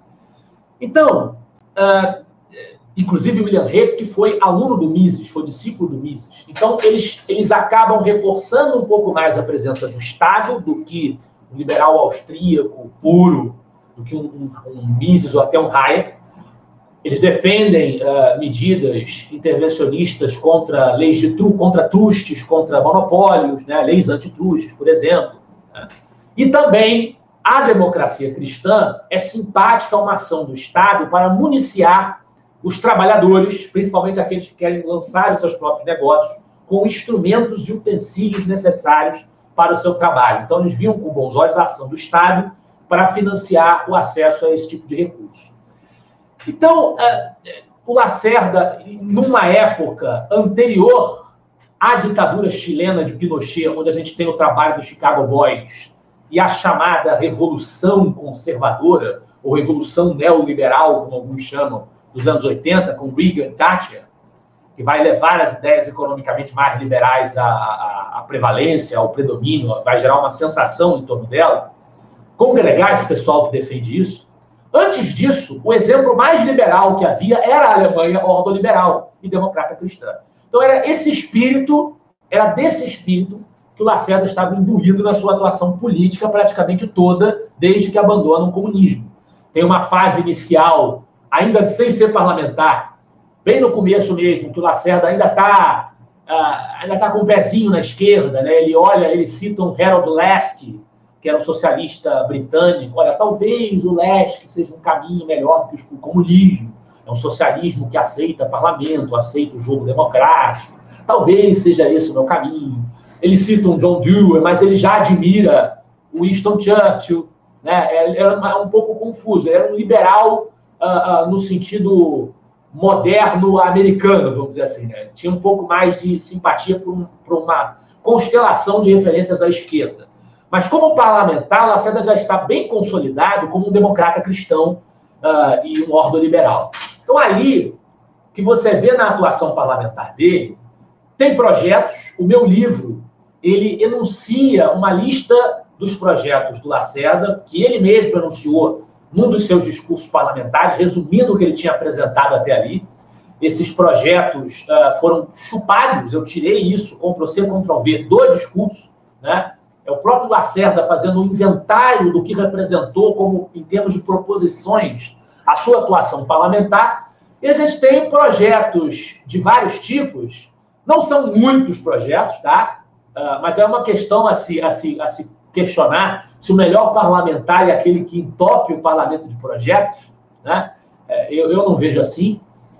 Então, uh, inclusive o William Röpke foi aluno do Mises, foi discípulo do Mises. Então, eles, eles acabam reforçando um pouco mais a presença do Estado do que um liberal austríaco puro, do que um, um, um Mises ou até um Hayek. Eles defendem uh, medidas intervencionistas contra leis de tru, contra trustes, contra monopólios, né, leis antitrustes, por exemplo. Né? E também a democracia cristã é simpática a uma ação do Estado para municiar os trabalhadores, principalmente aqueles que querem lançar os seus próprios negócios, com instrumentos e utensílios necessários para o seu trabalho. Então, eles viam com bons olhos a ação do Estado para financiar o acesso a esse tipo de recurso. Então, o Lacerda, numa época anterior à ditadura chilena de Pinochet, onde a gente tem o trabalho dos Chicago Boys e a chamada Revolução Conservadora, ou Revolução Neoliberal, como alguns chamam, dos anos oitenta, com Reagan e Thatcher, que vai levar as ideias economicamente mais liberais à, à, à prevalência, ao predomínio, vai gerar uma sensação em torno dela, congregar esse pessoal que defende isso. Antes disso, o exemplo mais liberal que havia era a Alemanha ordoliberal e democrata cristã. Então, era esse espírito, era desse espírito que o Lacerda estava imbuído na sua atuação política praticamente toda, desde que abandona o comunismo. Tem uma fase inicial, ainda sem ser parlamentar, bem no começo mesmo, que o Lacerda ainda está uh, ainda tá com o pezinho na esquerda, né? Ele olha, ele cita um Harold Laski, que era um socialista britânico. Olha, talvez o Laski seja um caminho melhor do que o comunismo. É um socialismo que aceita parlamento, aceita o jogo democrático. Talvez seja esse o meu caminho. Ele cita um John Dewey, mas ele já admira o Winston Churchill, né? Era um pouco confuso. Ele era um liberal uh, uh, no sentido moderno americano, vamos dizer assim, né? Tinha um pouco mais de simpatia por, um, por uma constelação de referências à esquerda. Mas como parlamentar, Lacerda já está bem consolidado como um democrata cristão uh, e um ordoliberal. Então, ali, que você vê na atuação parlamentar dele, tem projetos. O meu livro, ele enuncia uma lista dos projetos do Lacerda, que ele mesmo enunciou num dos seus discursos parlamentares, resumindo o que ele tinha apresentado até ali. Esses projetos uh, foram chupados, eu tirei isso, Ctrl-C, Ctrl-V, do discurso, né? É o próprio Lacerda fazendo um inventário do que representou como, em termos de proposições, a sua atuação parlamentar. E a gente tem projetos de vários tipos, não são muitos projetos, tá? Uh, mas é uma questão a se, a, se, a se questionar se o melhor parlamentar é aquele que entope o parlamento de projetos, né? Uh, eu, eu não vejo assim.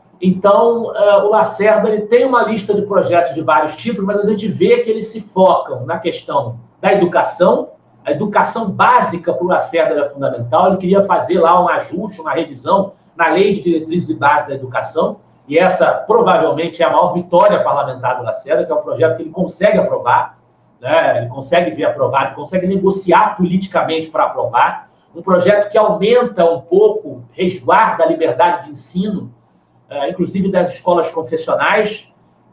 Então, uh, o Lacerda ele tem uma lista de projetos de vários tipos, mas a gente vê que eles se focam na questão da educação. A educação básica para o Lacerda era fundamental. Ele queria fazer lá um ajuste, uma revisão na Lei de Diretrizes e Bases da Educação, e essa provavelmente é a maior vitória parlamentar do Lacerda, que é um projeto que ele consegue aprovar, né? Ele consegue ver aprovado, consegue negociar politicamente para aprovar, um projeto que aumenta um pouco, resguarda a liberdade de ensino, é, inclusive das escolas confessionais,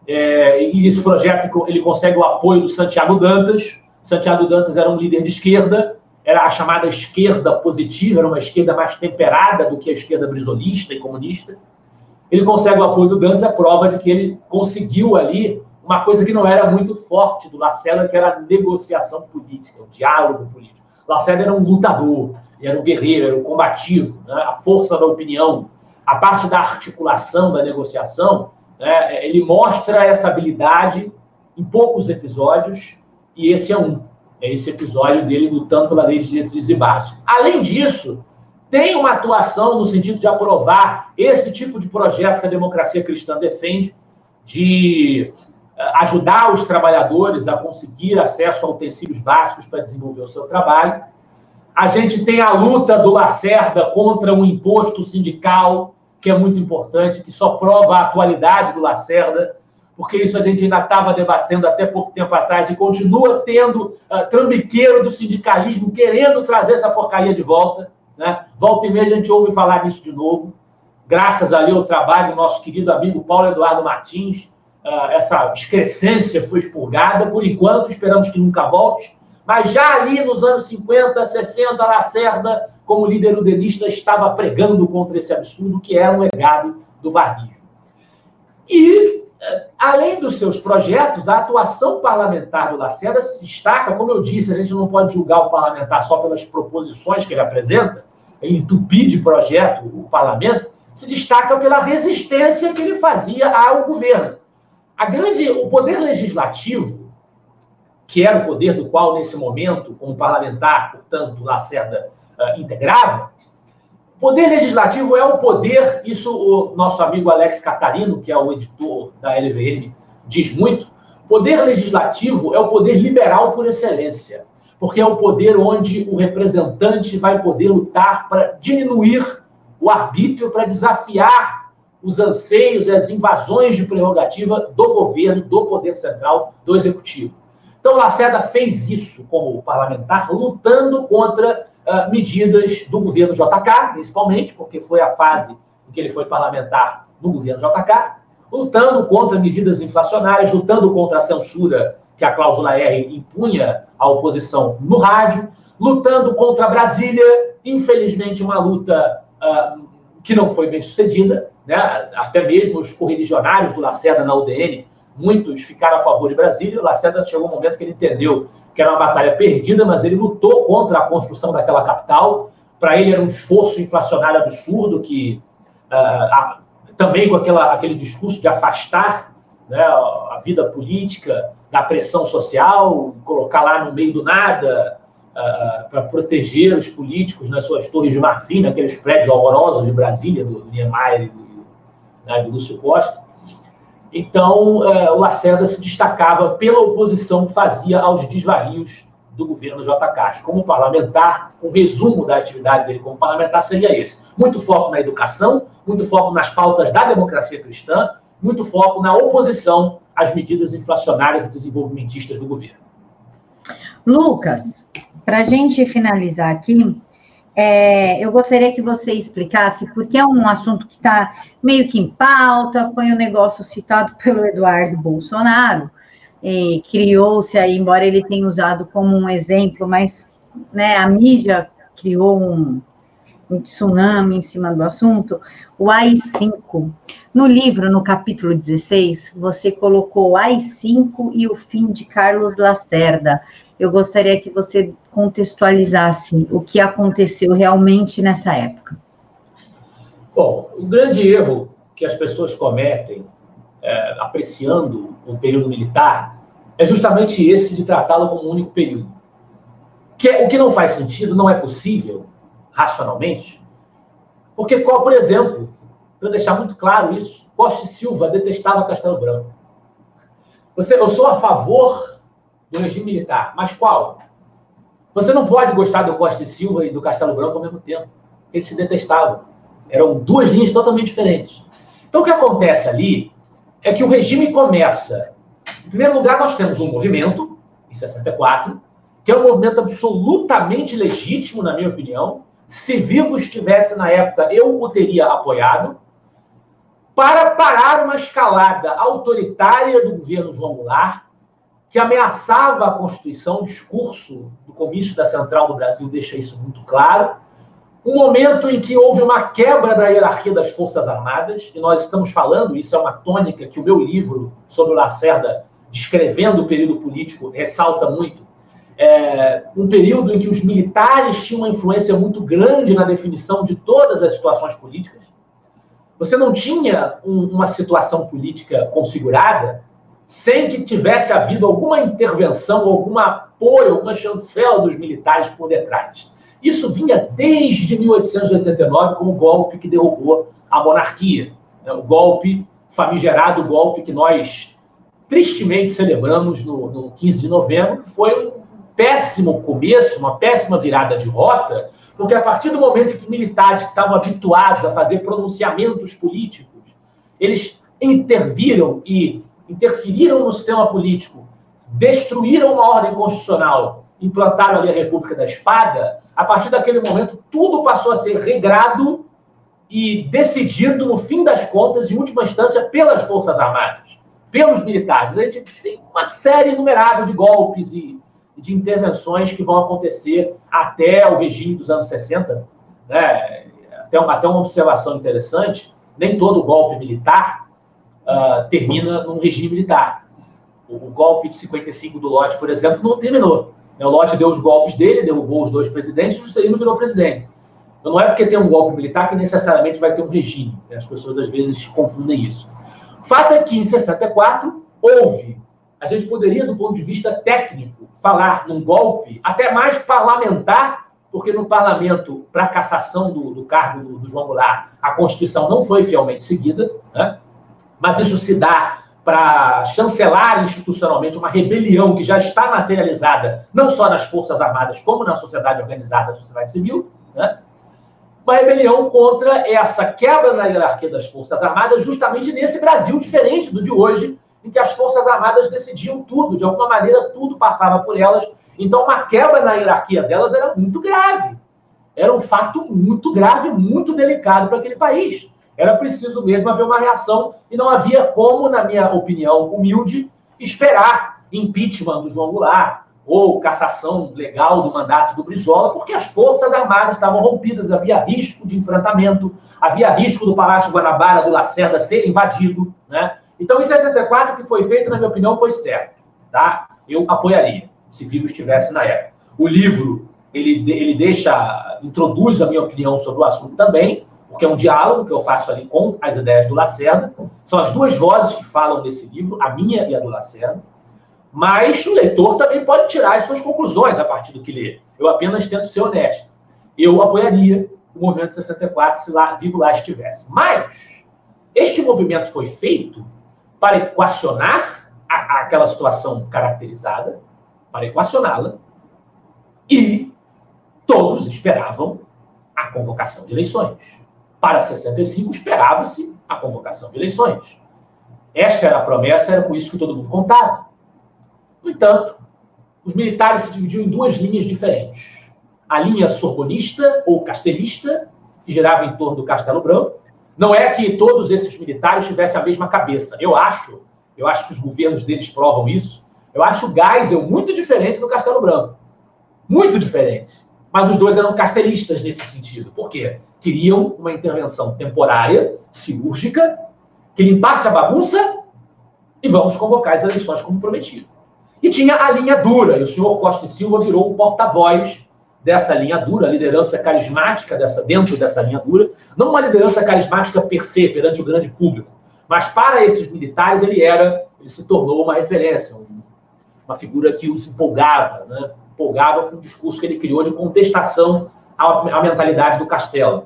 é, e esse projeto ele consegue o apoio do Santiago Dantas. Santiago Dantas era um líder de esquerda, era a chamada esquerda positiva, era uma esquerda mais temperada do que a esquerda brisolista e comunista. Ele consegue o apoio do Dantas, a prova de que ele conseguiu ali uma coisa que não era muito forte do Lacerda, que era a negociação política, o diálogo político. Lacerda era um lutador, era um guerreiro, era um combativo, né? A força da opinião, a parte da articulação, da negociação, né? Ele mostra essa habilidade em poucos episódios, e esse é um. É esse episódio dele lutando pela Lei de Diretrizes e Bases. Além disso, tem uma atuação no sentido de aprovar esse tipo de projeto que a democracia cristã defende, de ajudar os trabalhadores a conseguir acesso a utensílios básicos para desenvolver o seu trabalho. A gente tem a luta do Lacerda contra um imposto sindical, que é muito importante, que só prova a atualidade do Lacerda, porque isso a gente ainda estava debatendo até pouco tempo atrás e continua tendo uh, trambiqueiro do sindicalismo querendo trazer essa porcaria de volta, né? Volta e meia a gente ouve falar nisso de novo. Graças ali ao trabalho do nosso querido amigo Paulo Eduardo Martins, uh, essa excrescência foi expurgada. Por enquanto, esperamos que nunca volte. Mas já ali nos anos cinquenta, sessenta, Lacerda, como líder udenista, estava pregando contra esse absurdo que era um legado do varguismo. E além dos seus projetos, a atuação parlamentar do Lacerda se destaca, como eu disse, a gente não pode julgar o parlamentar só pelas proposições que ele apresenta, ele entupir de projeto o parlamento, se destaca pela resistência que ele fazia ao governo. A grande, o poder legislativo, que era o poder do qual, nesse momento, como parlamentar, portanto, Lacerda uh, integrava, o Poder legislativo é o poder, isso o nosso amigo Alex Catarino, que é o editor da L V M, diz muito. Poder legislativo é o poder liberal por excelência, porque é o poder onde o representante vai poder lutar para diminuir o arbítrio, para desafiar os anseios e as invasões de prerrogativa do governo, do poder central, do executivo. Então, Lacerda fez isso como parlamentar, lutando contra uh, medidas do governo J K, principalmente, porque foi a fase em que ele foi parlamentar no governo J K, lutando contra medidas inflacionárias, lutando contra a censura que a cláusula R impunha à oposição no rádio, lutando contra Brasília, infelizmente uma luta uh, que não foi bem sucedida, né? Até mesmo os correligionários do Lacerda na U D N, muitos ficaram a favor de Brasília. O Lacerda chegou um momento que ele entendeu que era uma batalha perdida, mas ele lutou contra a construção daquela capital. Para ele era um esforço inflacionário absurdo, que uh, a, também com aquela, aquele discurso de afastar, né, a vida política da pressão social, colocar lá no meio do nada, uh, para proteger os políticos nas suas torres de marfim, naqueles prédios horrorosos de Brasília, do Niemeyer e do, né, do Lúcio Costa. Então, uh, o Lacerda se destacava pela oposição que fazia aos desvarios do governo J K. Como parlamentar, o resumo da atividade dele como parlamentar seria esse. Muito foco na educação, muito foco nas pautas da democracia cristã, muito foco na oposição às medidas inflacionárias e desenvolvimentistas do governo. Lucas, para a gente finalizar aqui, é, eu gostaria que você explicasse, porque é um assunto que está meio que em pauta, foi um negócio citado pelo Eduardo Bolsonaro, e criou-se aí, embora ele tenha usado como um exemplo, mas né, a mídia criou um, um tsunami em cima do assunto, o A I cinco. No livro, no capítulo dezesseis, você colocou o A I cinco e o fim de Carlos Lacerda. Eu gostaria que você contextualizasse o que aconteceu realmente nessa época. Bom, o grande erro que as pessoas cometem, é, apreciando o período militar, é justamente esse de tratá-lo como um único período. Que é, o que não faz sentido, não é possível, racionalmente, porque, por exemplo, para deixar muito claro isso, Costa e Silva detestava Castelo Branco. Você, eu sou a favor do regime militar, mas qual? Você não pode gostar do Costa e Silva e do Castelo Branco ao mesmo tempo. Eles se detestavam. Eram duas linhas totalmente diferentes. Então, o que acontece ali é que o regime começa... Em primeiro lugar, nós temos um movimento, em sessenta e quatro, que é um movimento absolutamente legítimo, na minha opinião. Se vivo estivesse na época, eu o teria apoiado, para parar uma escalada autoritária do governo João Goulart, que ameaçava a Constituição. O discurso do comício da Central do Brasil deixa isso muito claro. Um momento em que houve uma quebra da hierarquia das Forças Armadas, e nós estamos falando, isso é uma tônica que o meu livro sobre o Lacerda, descrevendo o período político, ressalta muito. É, um período em que os militares tinham uma influência muito grande na definição de todas as situações políticas. Você não tinha um, uma situação política configurada sem que tivesse havido alguma intervenção, algum apoio, alguma chancela dos militares por detrás. Isso vinha desde mil oitocentos e oitenta e nove com o golpe que derrubou a monarquia. O golpe, famigerado golpe que nós tristemente celebramos no, no quinze de novembro, que foi um péssimo começo, uma péssima virada de rota, porque a partir do momento em que militares que estavam habituados a fazer pronunciamentos políticos, eles interviram e interferiram no sistema político, destruíram uma ordem constitucional, implantaram ali a República da Espada, a partir daquele momento tudo passou a ser regrado e decidido, no fim das contas, em última instância, pelas Forças Armadas, pelos militares. A gente tem uma série inumerável de golpes e de intervenções que vão acontecer até o regime dos anos sessenta. Né? Até, uma, até uma observação interessante, nem todo golpe militar uh, termina num regime militar. O, o golpe de cinquenta e cinco do Lott, por exemplo, não terminou. O Lott deu os golpes dele, derrubou os dois presidentes, e o Juscelino virou presidente. Então, não é porque tem um golpe militar que necessariamente vai ter um regime. Né? As pessoas, às vezes, confundem isso. O fato é que, em sessenta e quatro, houve... A gente poderia, do ponto de vista técnico, falar num golpe até mais parlamentar porque no parlamento, para a cassação do, do cargo do, do João Goulart, a Constituição não foi fielmente seguida, né? Mas isso se dá para chancelar institucionalmente uma rebelião que já está materializada, não só nas Forças Armadas, como na sociedade organizada, na sociedade civil, né? Uma rebelião contra essa quebra na hierarquia das Forças Armadas, justamente nesse Brasil diferente do de hoje, em que as Forças Armadas decidiam tudo, de alguma maneira tudo passava por elas. Então, uma quebra na hierarquia delas era muito grave. Era um fato muito grave, muito delicado para aquele país. Era preciso mesmo haver uma reação e não havia como, na minha opinião humilde, esperar impeachment do João Goulart ou cassação legal do mandato do Brizola, porque as Forças Armadas estavam rompidas, havia risco de enfrentamento, havia risco do Palácio Guanabara, do Lacerda, ser invadido, né? Então, em sessenta e quatro, o que foi feito, na minha opinião, foi certo, tá? Eu apoiaria, se vivo estivesse na época. O livro, ele, ele deixa, introduz a minha opinião sobre o assunto também, porque é um diálogo que eu faço ali com as ideias do Lacerda. São as duas vozes que falam nesse livro, a minha e a do Lacerda. Mas o leitor também pode tirar as suas conclusões a partir do que lê. Eu apenas tento ser honesto. Eu apoiaria o movimento de sessenta e quatro se lá, vivo lá estivesse. Mas este movimento foi feito para equacionar a, a, aquela situação caracterizada, para equacioná-la, e todos esperavam a convocação de eleições. Para sessenta e cinco, esperava-se a convocação de eleições. Esta era a promessa, era com isso que todo mundo contava. No entanto, os militares se dividiam em duas linhas diferentes. A linha sorbonista ou castelista, que girava em torno do Castelo Branco. Não é que todos esses militares tivessem a mesma cabeça. Eu acho, eu acho que os governos deles provam isso. Eu acho o Geisel muito diferente do Castelo Branco. Muito diferente. Mas os dois eram castelistas nesse sentido. Por quê? Queriam uma intervenção temporária, cirúrgica, que limpasse a bagunça e vamos convocar as eleições como prometido. E tinha a linha dura, e o senhor Costa e Silva virou o porta-voz dessa linha dura, a liderança carismática dessa, dentro dessa linha dura, não uma liderança carismática per se, perante o grande público, mas para esses militares ele era, ele se tornou uma referência, uma figura que os empolgava, né? empolgava com o discurso que ele criou de contestação à, à mentalidade do Castelo.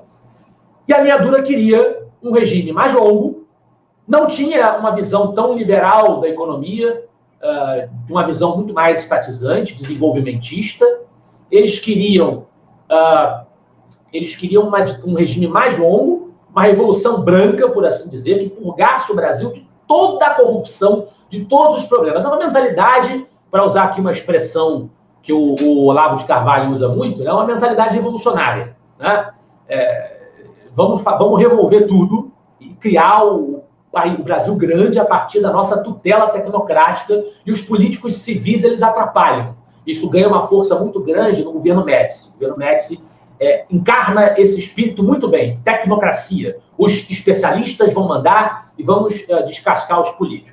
E a linha dura queria um regime mais longo, não tinha uma visão tão liberal da economia, uh, de uma visão muito mais estatizante, desenvolvimentista. Eles queriam, uh, eles queriam uma, um regime mais longo, uma revolução branca, por assim dizer, que purgasse o Brasil de toda a corrupção, de todos os problemas. É uma mentalidade, para usar aqui uma expressão que o, o Olavo de Carvalho usa muito, é uma mentalidade revolucionária, né? É, vamos, vamos revolver tudo e criar o, o Brasil grande a partir da nossa tutela tecnocrática, e os políticos civis eles atrapalham. Isso ganha uma força muito grande no governo Médici. O governo Médici é, encarna esse espírito muito bem, tecnocracia. Os especialistas vão mandar e vamos é, descascar os políticos.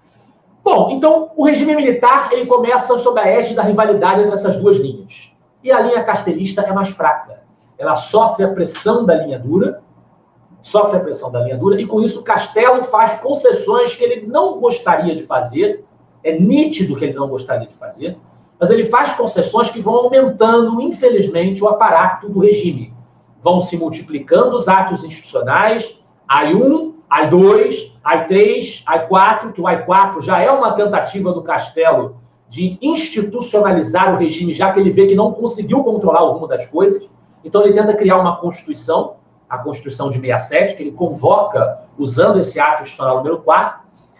Bom, então o regime militar ele começa sob a égide da rivalidade entre essas duas linhas. E a linha castelista é mais fraca. Ela sofre a pressão da linha dura, sofre a pressão da linha dura, e com isso o Castelo faz concessões que ele não gostaria de fazer, é nítido que ele não gostaria de fazer, mas ele faz concessões que vão aumentando, infelizmente, o aparato do regime. Vão se multiplicando os atos institucionais, A I um, A I dois, A I três, A I quatro, que o A I quatro já é uma tentativa do Castelo de institucionalizar o regime, já que ele vê que não conseguiu controlar o rumo das coisas. Então ele tenta criar uma Constituição, a Constituição de sessenta e sete, que ele convoca usando esse ato institucional número quatro,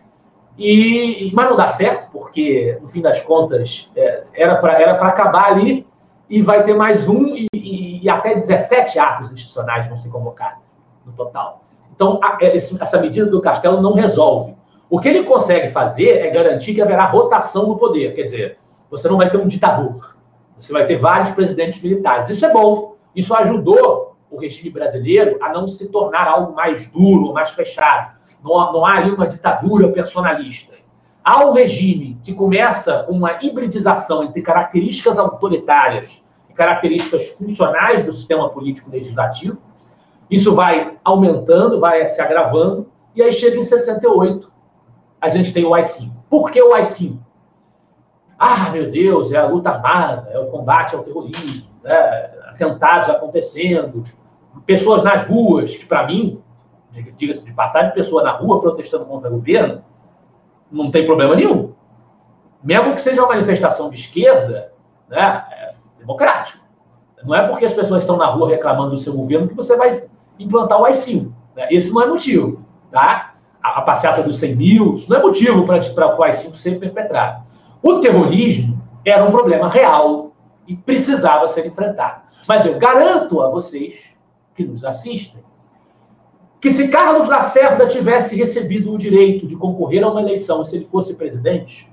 e, mas não dá certo, porque, no fim das contas, é, era para era para acabar ali, e vai ter mais um, e, e, e até dezessete atos institucionais vão ser convocados no total. Então, a, essa medida do Castelo não resolve. O que ele consegue fazer é garantir que haverá rotação no poder, quer dizer, você não vai ter um ditador, você vai ter vários presidentes militares. Isso é bom, isso ajudou o regime brasileiro a não se tornar algo mais duro ou mais fechado. Não, não há ali uma ditadura personalista. Há um regime que começa com uma hibridização entre características autoritárias e características funcionais do sistema político legislativo. Isso vai aumentando, vai se agravando, e aí chega em sessenta e oito, a gente tem o A I cinco. Por que o A I cinco? Ah, meu Deus, é a luta armada, é o combate ao terrorismo. né, atentados acontecendo, pessoas nas ruas, que para mim, diga-se de passagem, pessoa na rua protestando contra o governo, não tem problema nenhum. Mesmo que seja uma manifestação de esquerda, né, é democrático. Não é porque as pessoas estão na rua reclamando do seu governo que você vai implantar o A I cinco. Né? Esse não é motivo. Tá? A, a passeata dos cem mil, isso não é motivo para o A I cinco ser perpetrado. O terrorismo era um problema real e precisava ser enfrentado. Mas eu garanto a vocês que nos assistem que se Carlos Lacerda tivesse recebido o direito de concorrer a uma eleição, se ele fosse presidente,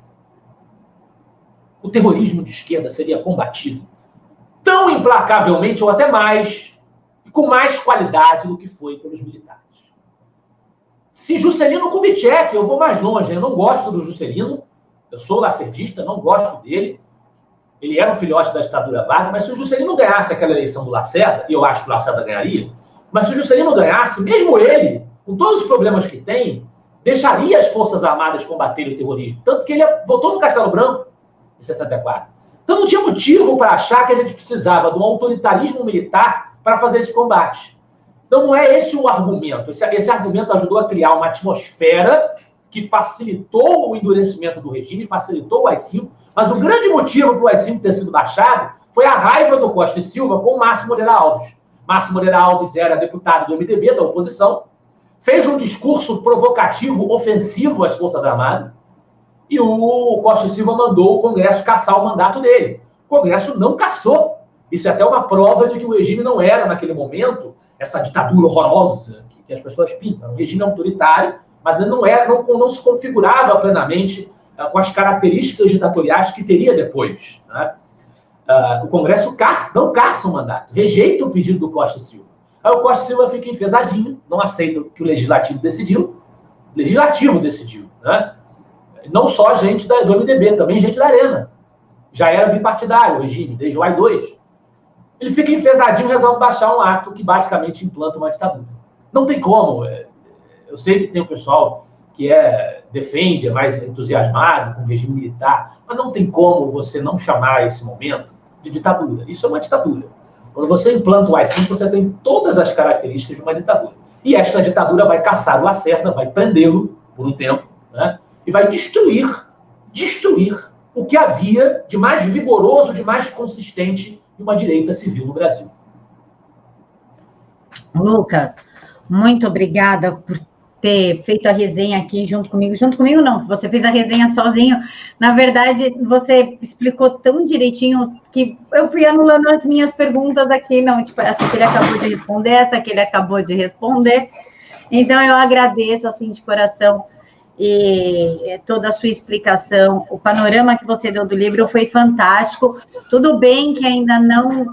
o terrorismo de esquerda seria combatido tão implacavelmente, ou até mais, e com mais qualidade do que foi pelos militares. Se Juscelino Kubitschek, eu vou mais longe, eu não gosto do Juscelino, eu sou lacerdista, não gosto dele, ele era um filhote da ditadura Vargas, mas se o Juscelino ganhasse aquela eleição do Lacerda, e eu acho que o Lacerda ganharia, mas se o Juscelino ganhasse, mesmo ele, com todos os problemas que tem, deixaria as Forças Armadas combaterem o terrorismo. Tanto que ele votou no Castelo Branco, em sessenta e quatro. Então não tinha motivo para achar que a gente precisava de um autoritarismo militar para fazer esse combate. Então não é esse o argumento. Esse, esse argumento ajudou a criar uma atmosfera que facilitou o endurecimento do regime, facilitou o A I cinco, mas o grande motivo para o A I cinco ter sido baixado foi a raiva do Costa e Silva com o Márcio Moreira Alves. Márcio Moreira Alves era deputado do M D B, da oposição, fez um discurso provocativo, ofensivo às Forças Armadas, e o Costa e Silva mandou o Congresso cassar o mandato dele. O Congresso não cassou. Isso é até uma prova de que o regime não era, naquele momento, essa ditadura horrorosa que, que as pessoas pintam. Um regime autoritário, mas ele não, era, não, não se configurava plenamente uh, com as características ditatoriais que teria depois. Né? Uh, o Congresso caça, não caça o mandato, rejeita o pedido do Costa e Silva. Aí o Costa e Silva fica enfesadinho, não aceita o que o Legislativo decidiu. O Legislativo decidiu, né? Não só gente da, do M D B, também gente da Arena. Já era bipartidário o regime, desde o A I dois. Ele fica enfesadinho e resolve baixar um ato que basicamente implanta uma ditadura. Não tem como. Eu sei que tem o pessoal que é, defende, é mais entusiasmado com o regime militar, mas não tem como você não chamar esse momento de ditadura. Isso é uma ditadura. Quando você implanta o A I cinco, você tem todas as características de uma ditadura. E esta ditadura vai caçar o Lacerda, vai prendê-lo por um tempo, né? E vai destruir, destruir o que havia de mais vigoroso, de mais consistente de uma direita civil no Brasil. Lucas, muito obrigada por ter feito a resenha aqui junto comigo. Junto comigo não, você fez a resenha sozinho. Na verdade, você explicou tão direitinho que eu fui anulando as minhas perguntas aqui. Não, tipo, essa que ele acabou de responder, essa que ele acabou de responder. Então, eu agradeço, assim, de coração, e toda a sua explicação, o panorama que você deu do livro foi fantástico. Tudo bem que ainda não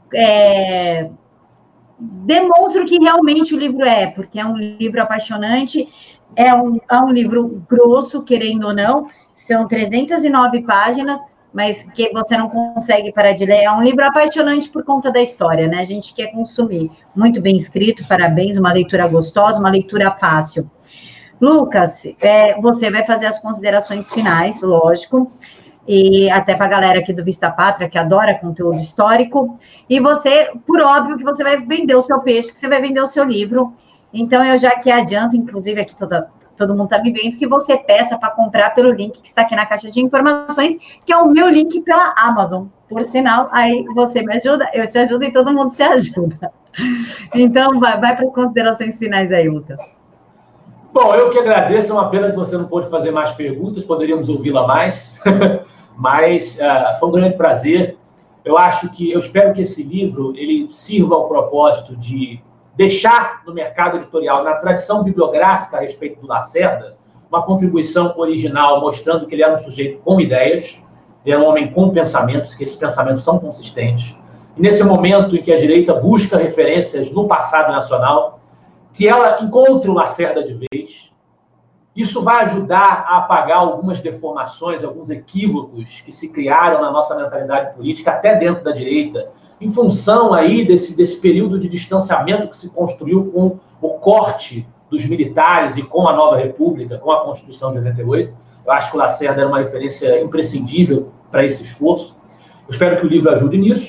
é, demonstra o que realmente o livro é, porque é um livro apaixonante, é um, é um livro grosso, querendo ou não, são trezentas e nove páginas, mas que você não consegue parar de ler. É um livro apaixonante por conta da história, né? A gente quer consumir. Muito bem escrito, parabéns, uma leitura gostosa, uma leitura fácil. Lucas, é, você vai fazer as considerações finais, lógico, e até para a galera aqui do Vista Pátria, que adora conteúdo histórico, e você, por óbvio, que você vai vender o seu peixe, que você vai vender o seu livro, então eu já que adianto, inclusive aqui toda, todo mundo está me vendo, que você peça para comprar pelo link que está aqui na caixa de informações, que é o meu link pela Amazon, por sinal, aí você me ajuda, eu te ajudo e todo mundo se ajuda. Então, vai, vai para as considerações finais aí, Lucas. Bom, eu que agradeço, é uma pena que você não pôde fazer mais perguntas, poderíamos ouvi-la mais, mas uh, foi um grande prazer. Eu acho que, eu espero que esse livro, ele sirva ao propósito de deixar no mercado editorial, na tradição bibliográfica a respeito do Lacerda, uma contribuição original, mostrando que ele era um sujeito com ideias, ele era um homem com pensamentos, que esses pensamentos são consistentes. E nesse momento em que a direita busca referências no passado nacional, que ela encontre o Lacerda de vez. Isso vai ajudar a apagar algumas deformações, alguns equívocos que se criaram na nossa mentalidade política, até dentro da direita, em função aí desse, desse período de distanciamento que se construiu com o corte dos militares e com a nova república, com a Constituição de oitenta e oito. Eu acho que o Lacerda era uma referência imprescindível para esse esforço. Eu espero que o livro ajude nisso.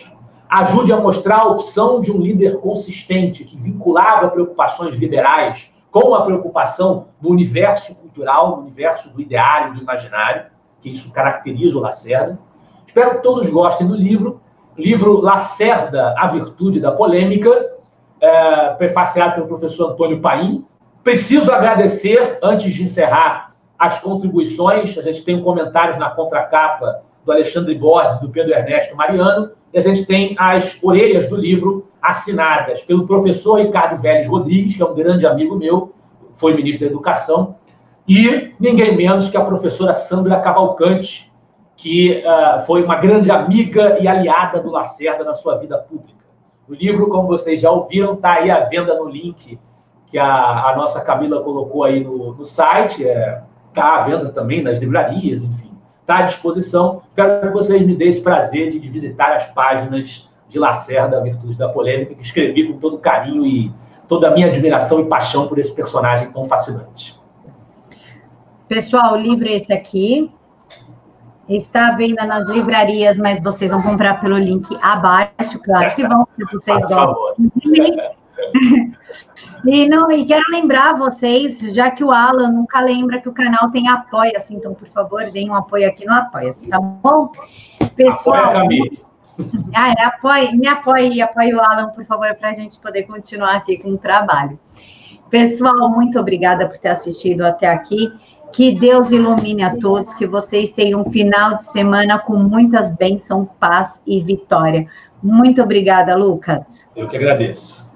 ajude a mostrar a opção de um líder consistente, que vinculava preocupações liberais com a preocupação do universo cultural, do universo do ideário, do imaginário, que isso caracteriza o Lacerda. Espero que todos gostem do livro. Livro Lacerda, A Virtude da Polêmica, é, prefaciado pelo professor Antônio Paim. Preciso agradecer, antes de encerrar, as contribuições. A gente tem comentários na contracapa do Alexandre Borges e do Pedro Ernesto Mariano, e a gente tem as orelhas do livro assinadas pelo professor Ricardo Vélez Rodrigues, que é um grande amigo meu, foi ministro da Educação, e ninguém menos que a professora Sandra Cavalcante, que uh, foi uma grande amiga e aliada do Lacerda na sua vida pública. O livro, como vocês já ouviram, está aí à venda no link que a, a nossa Camila colocou aí no, no site, está é, tá à venda também nas livrarias, enfim, está à disposição. Espero que vocês me deem esse prazer de, de visitar as páginas de Lacerda, A Virtude da Polêmica, que escrevi com todo carinho e toda a minha admiração e paixão por esse personagem tão fascinante. Pessoal, o livro é esse aqui. Está à venda nas livrarias, mas vocês vão comprar pelo link abaixo, claro que vão, se vocês gostam de mim. E, não, e quero lembrar vocês, já que o Alan nunca lembra que o canal tem Apoia-se, então, por favor, deem um apoio aqui no Apoia-se, tá bom? Pessoal, Apoia, ah, é, apoie, me apoie e apoie o Alan, por favor, para a gente poder continuar aqui com o trabalho. Pessoal, muito obrigada por ter assistido até aqui. Que Deus ilumine a todos, que vocês tenham um final de semana com muitas bênçãos, paz e vitória. Muito obrigada, Lucas. Eu que agradeço.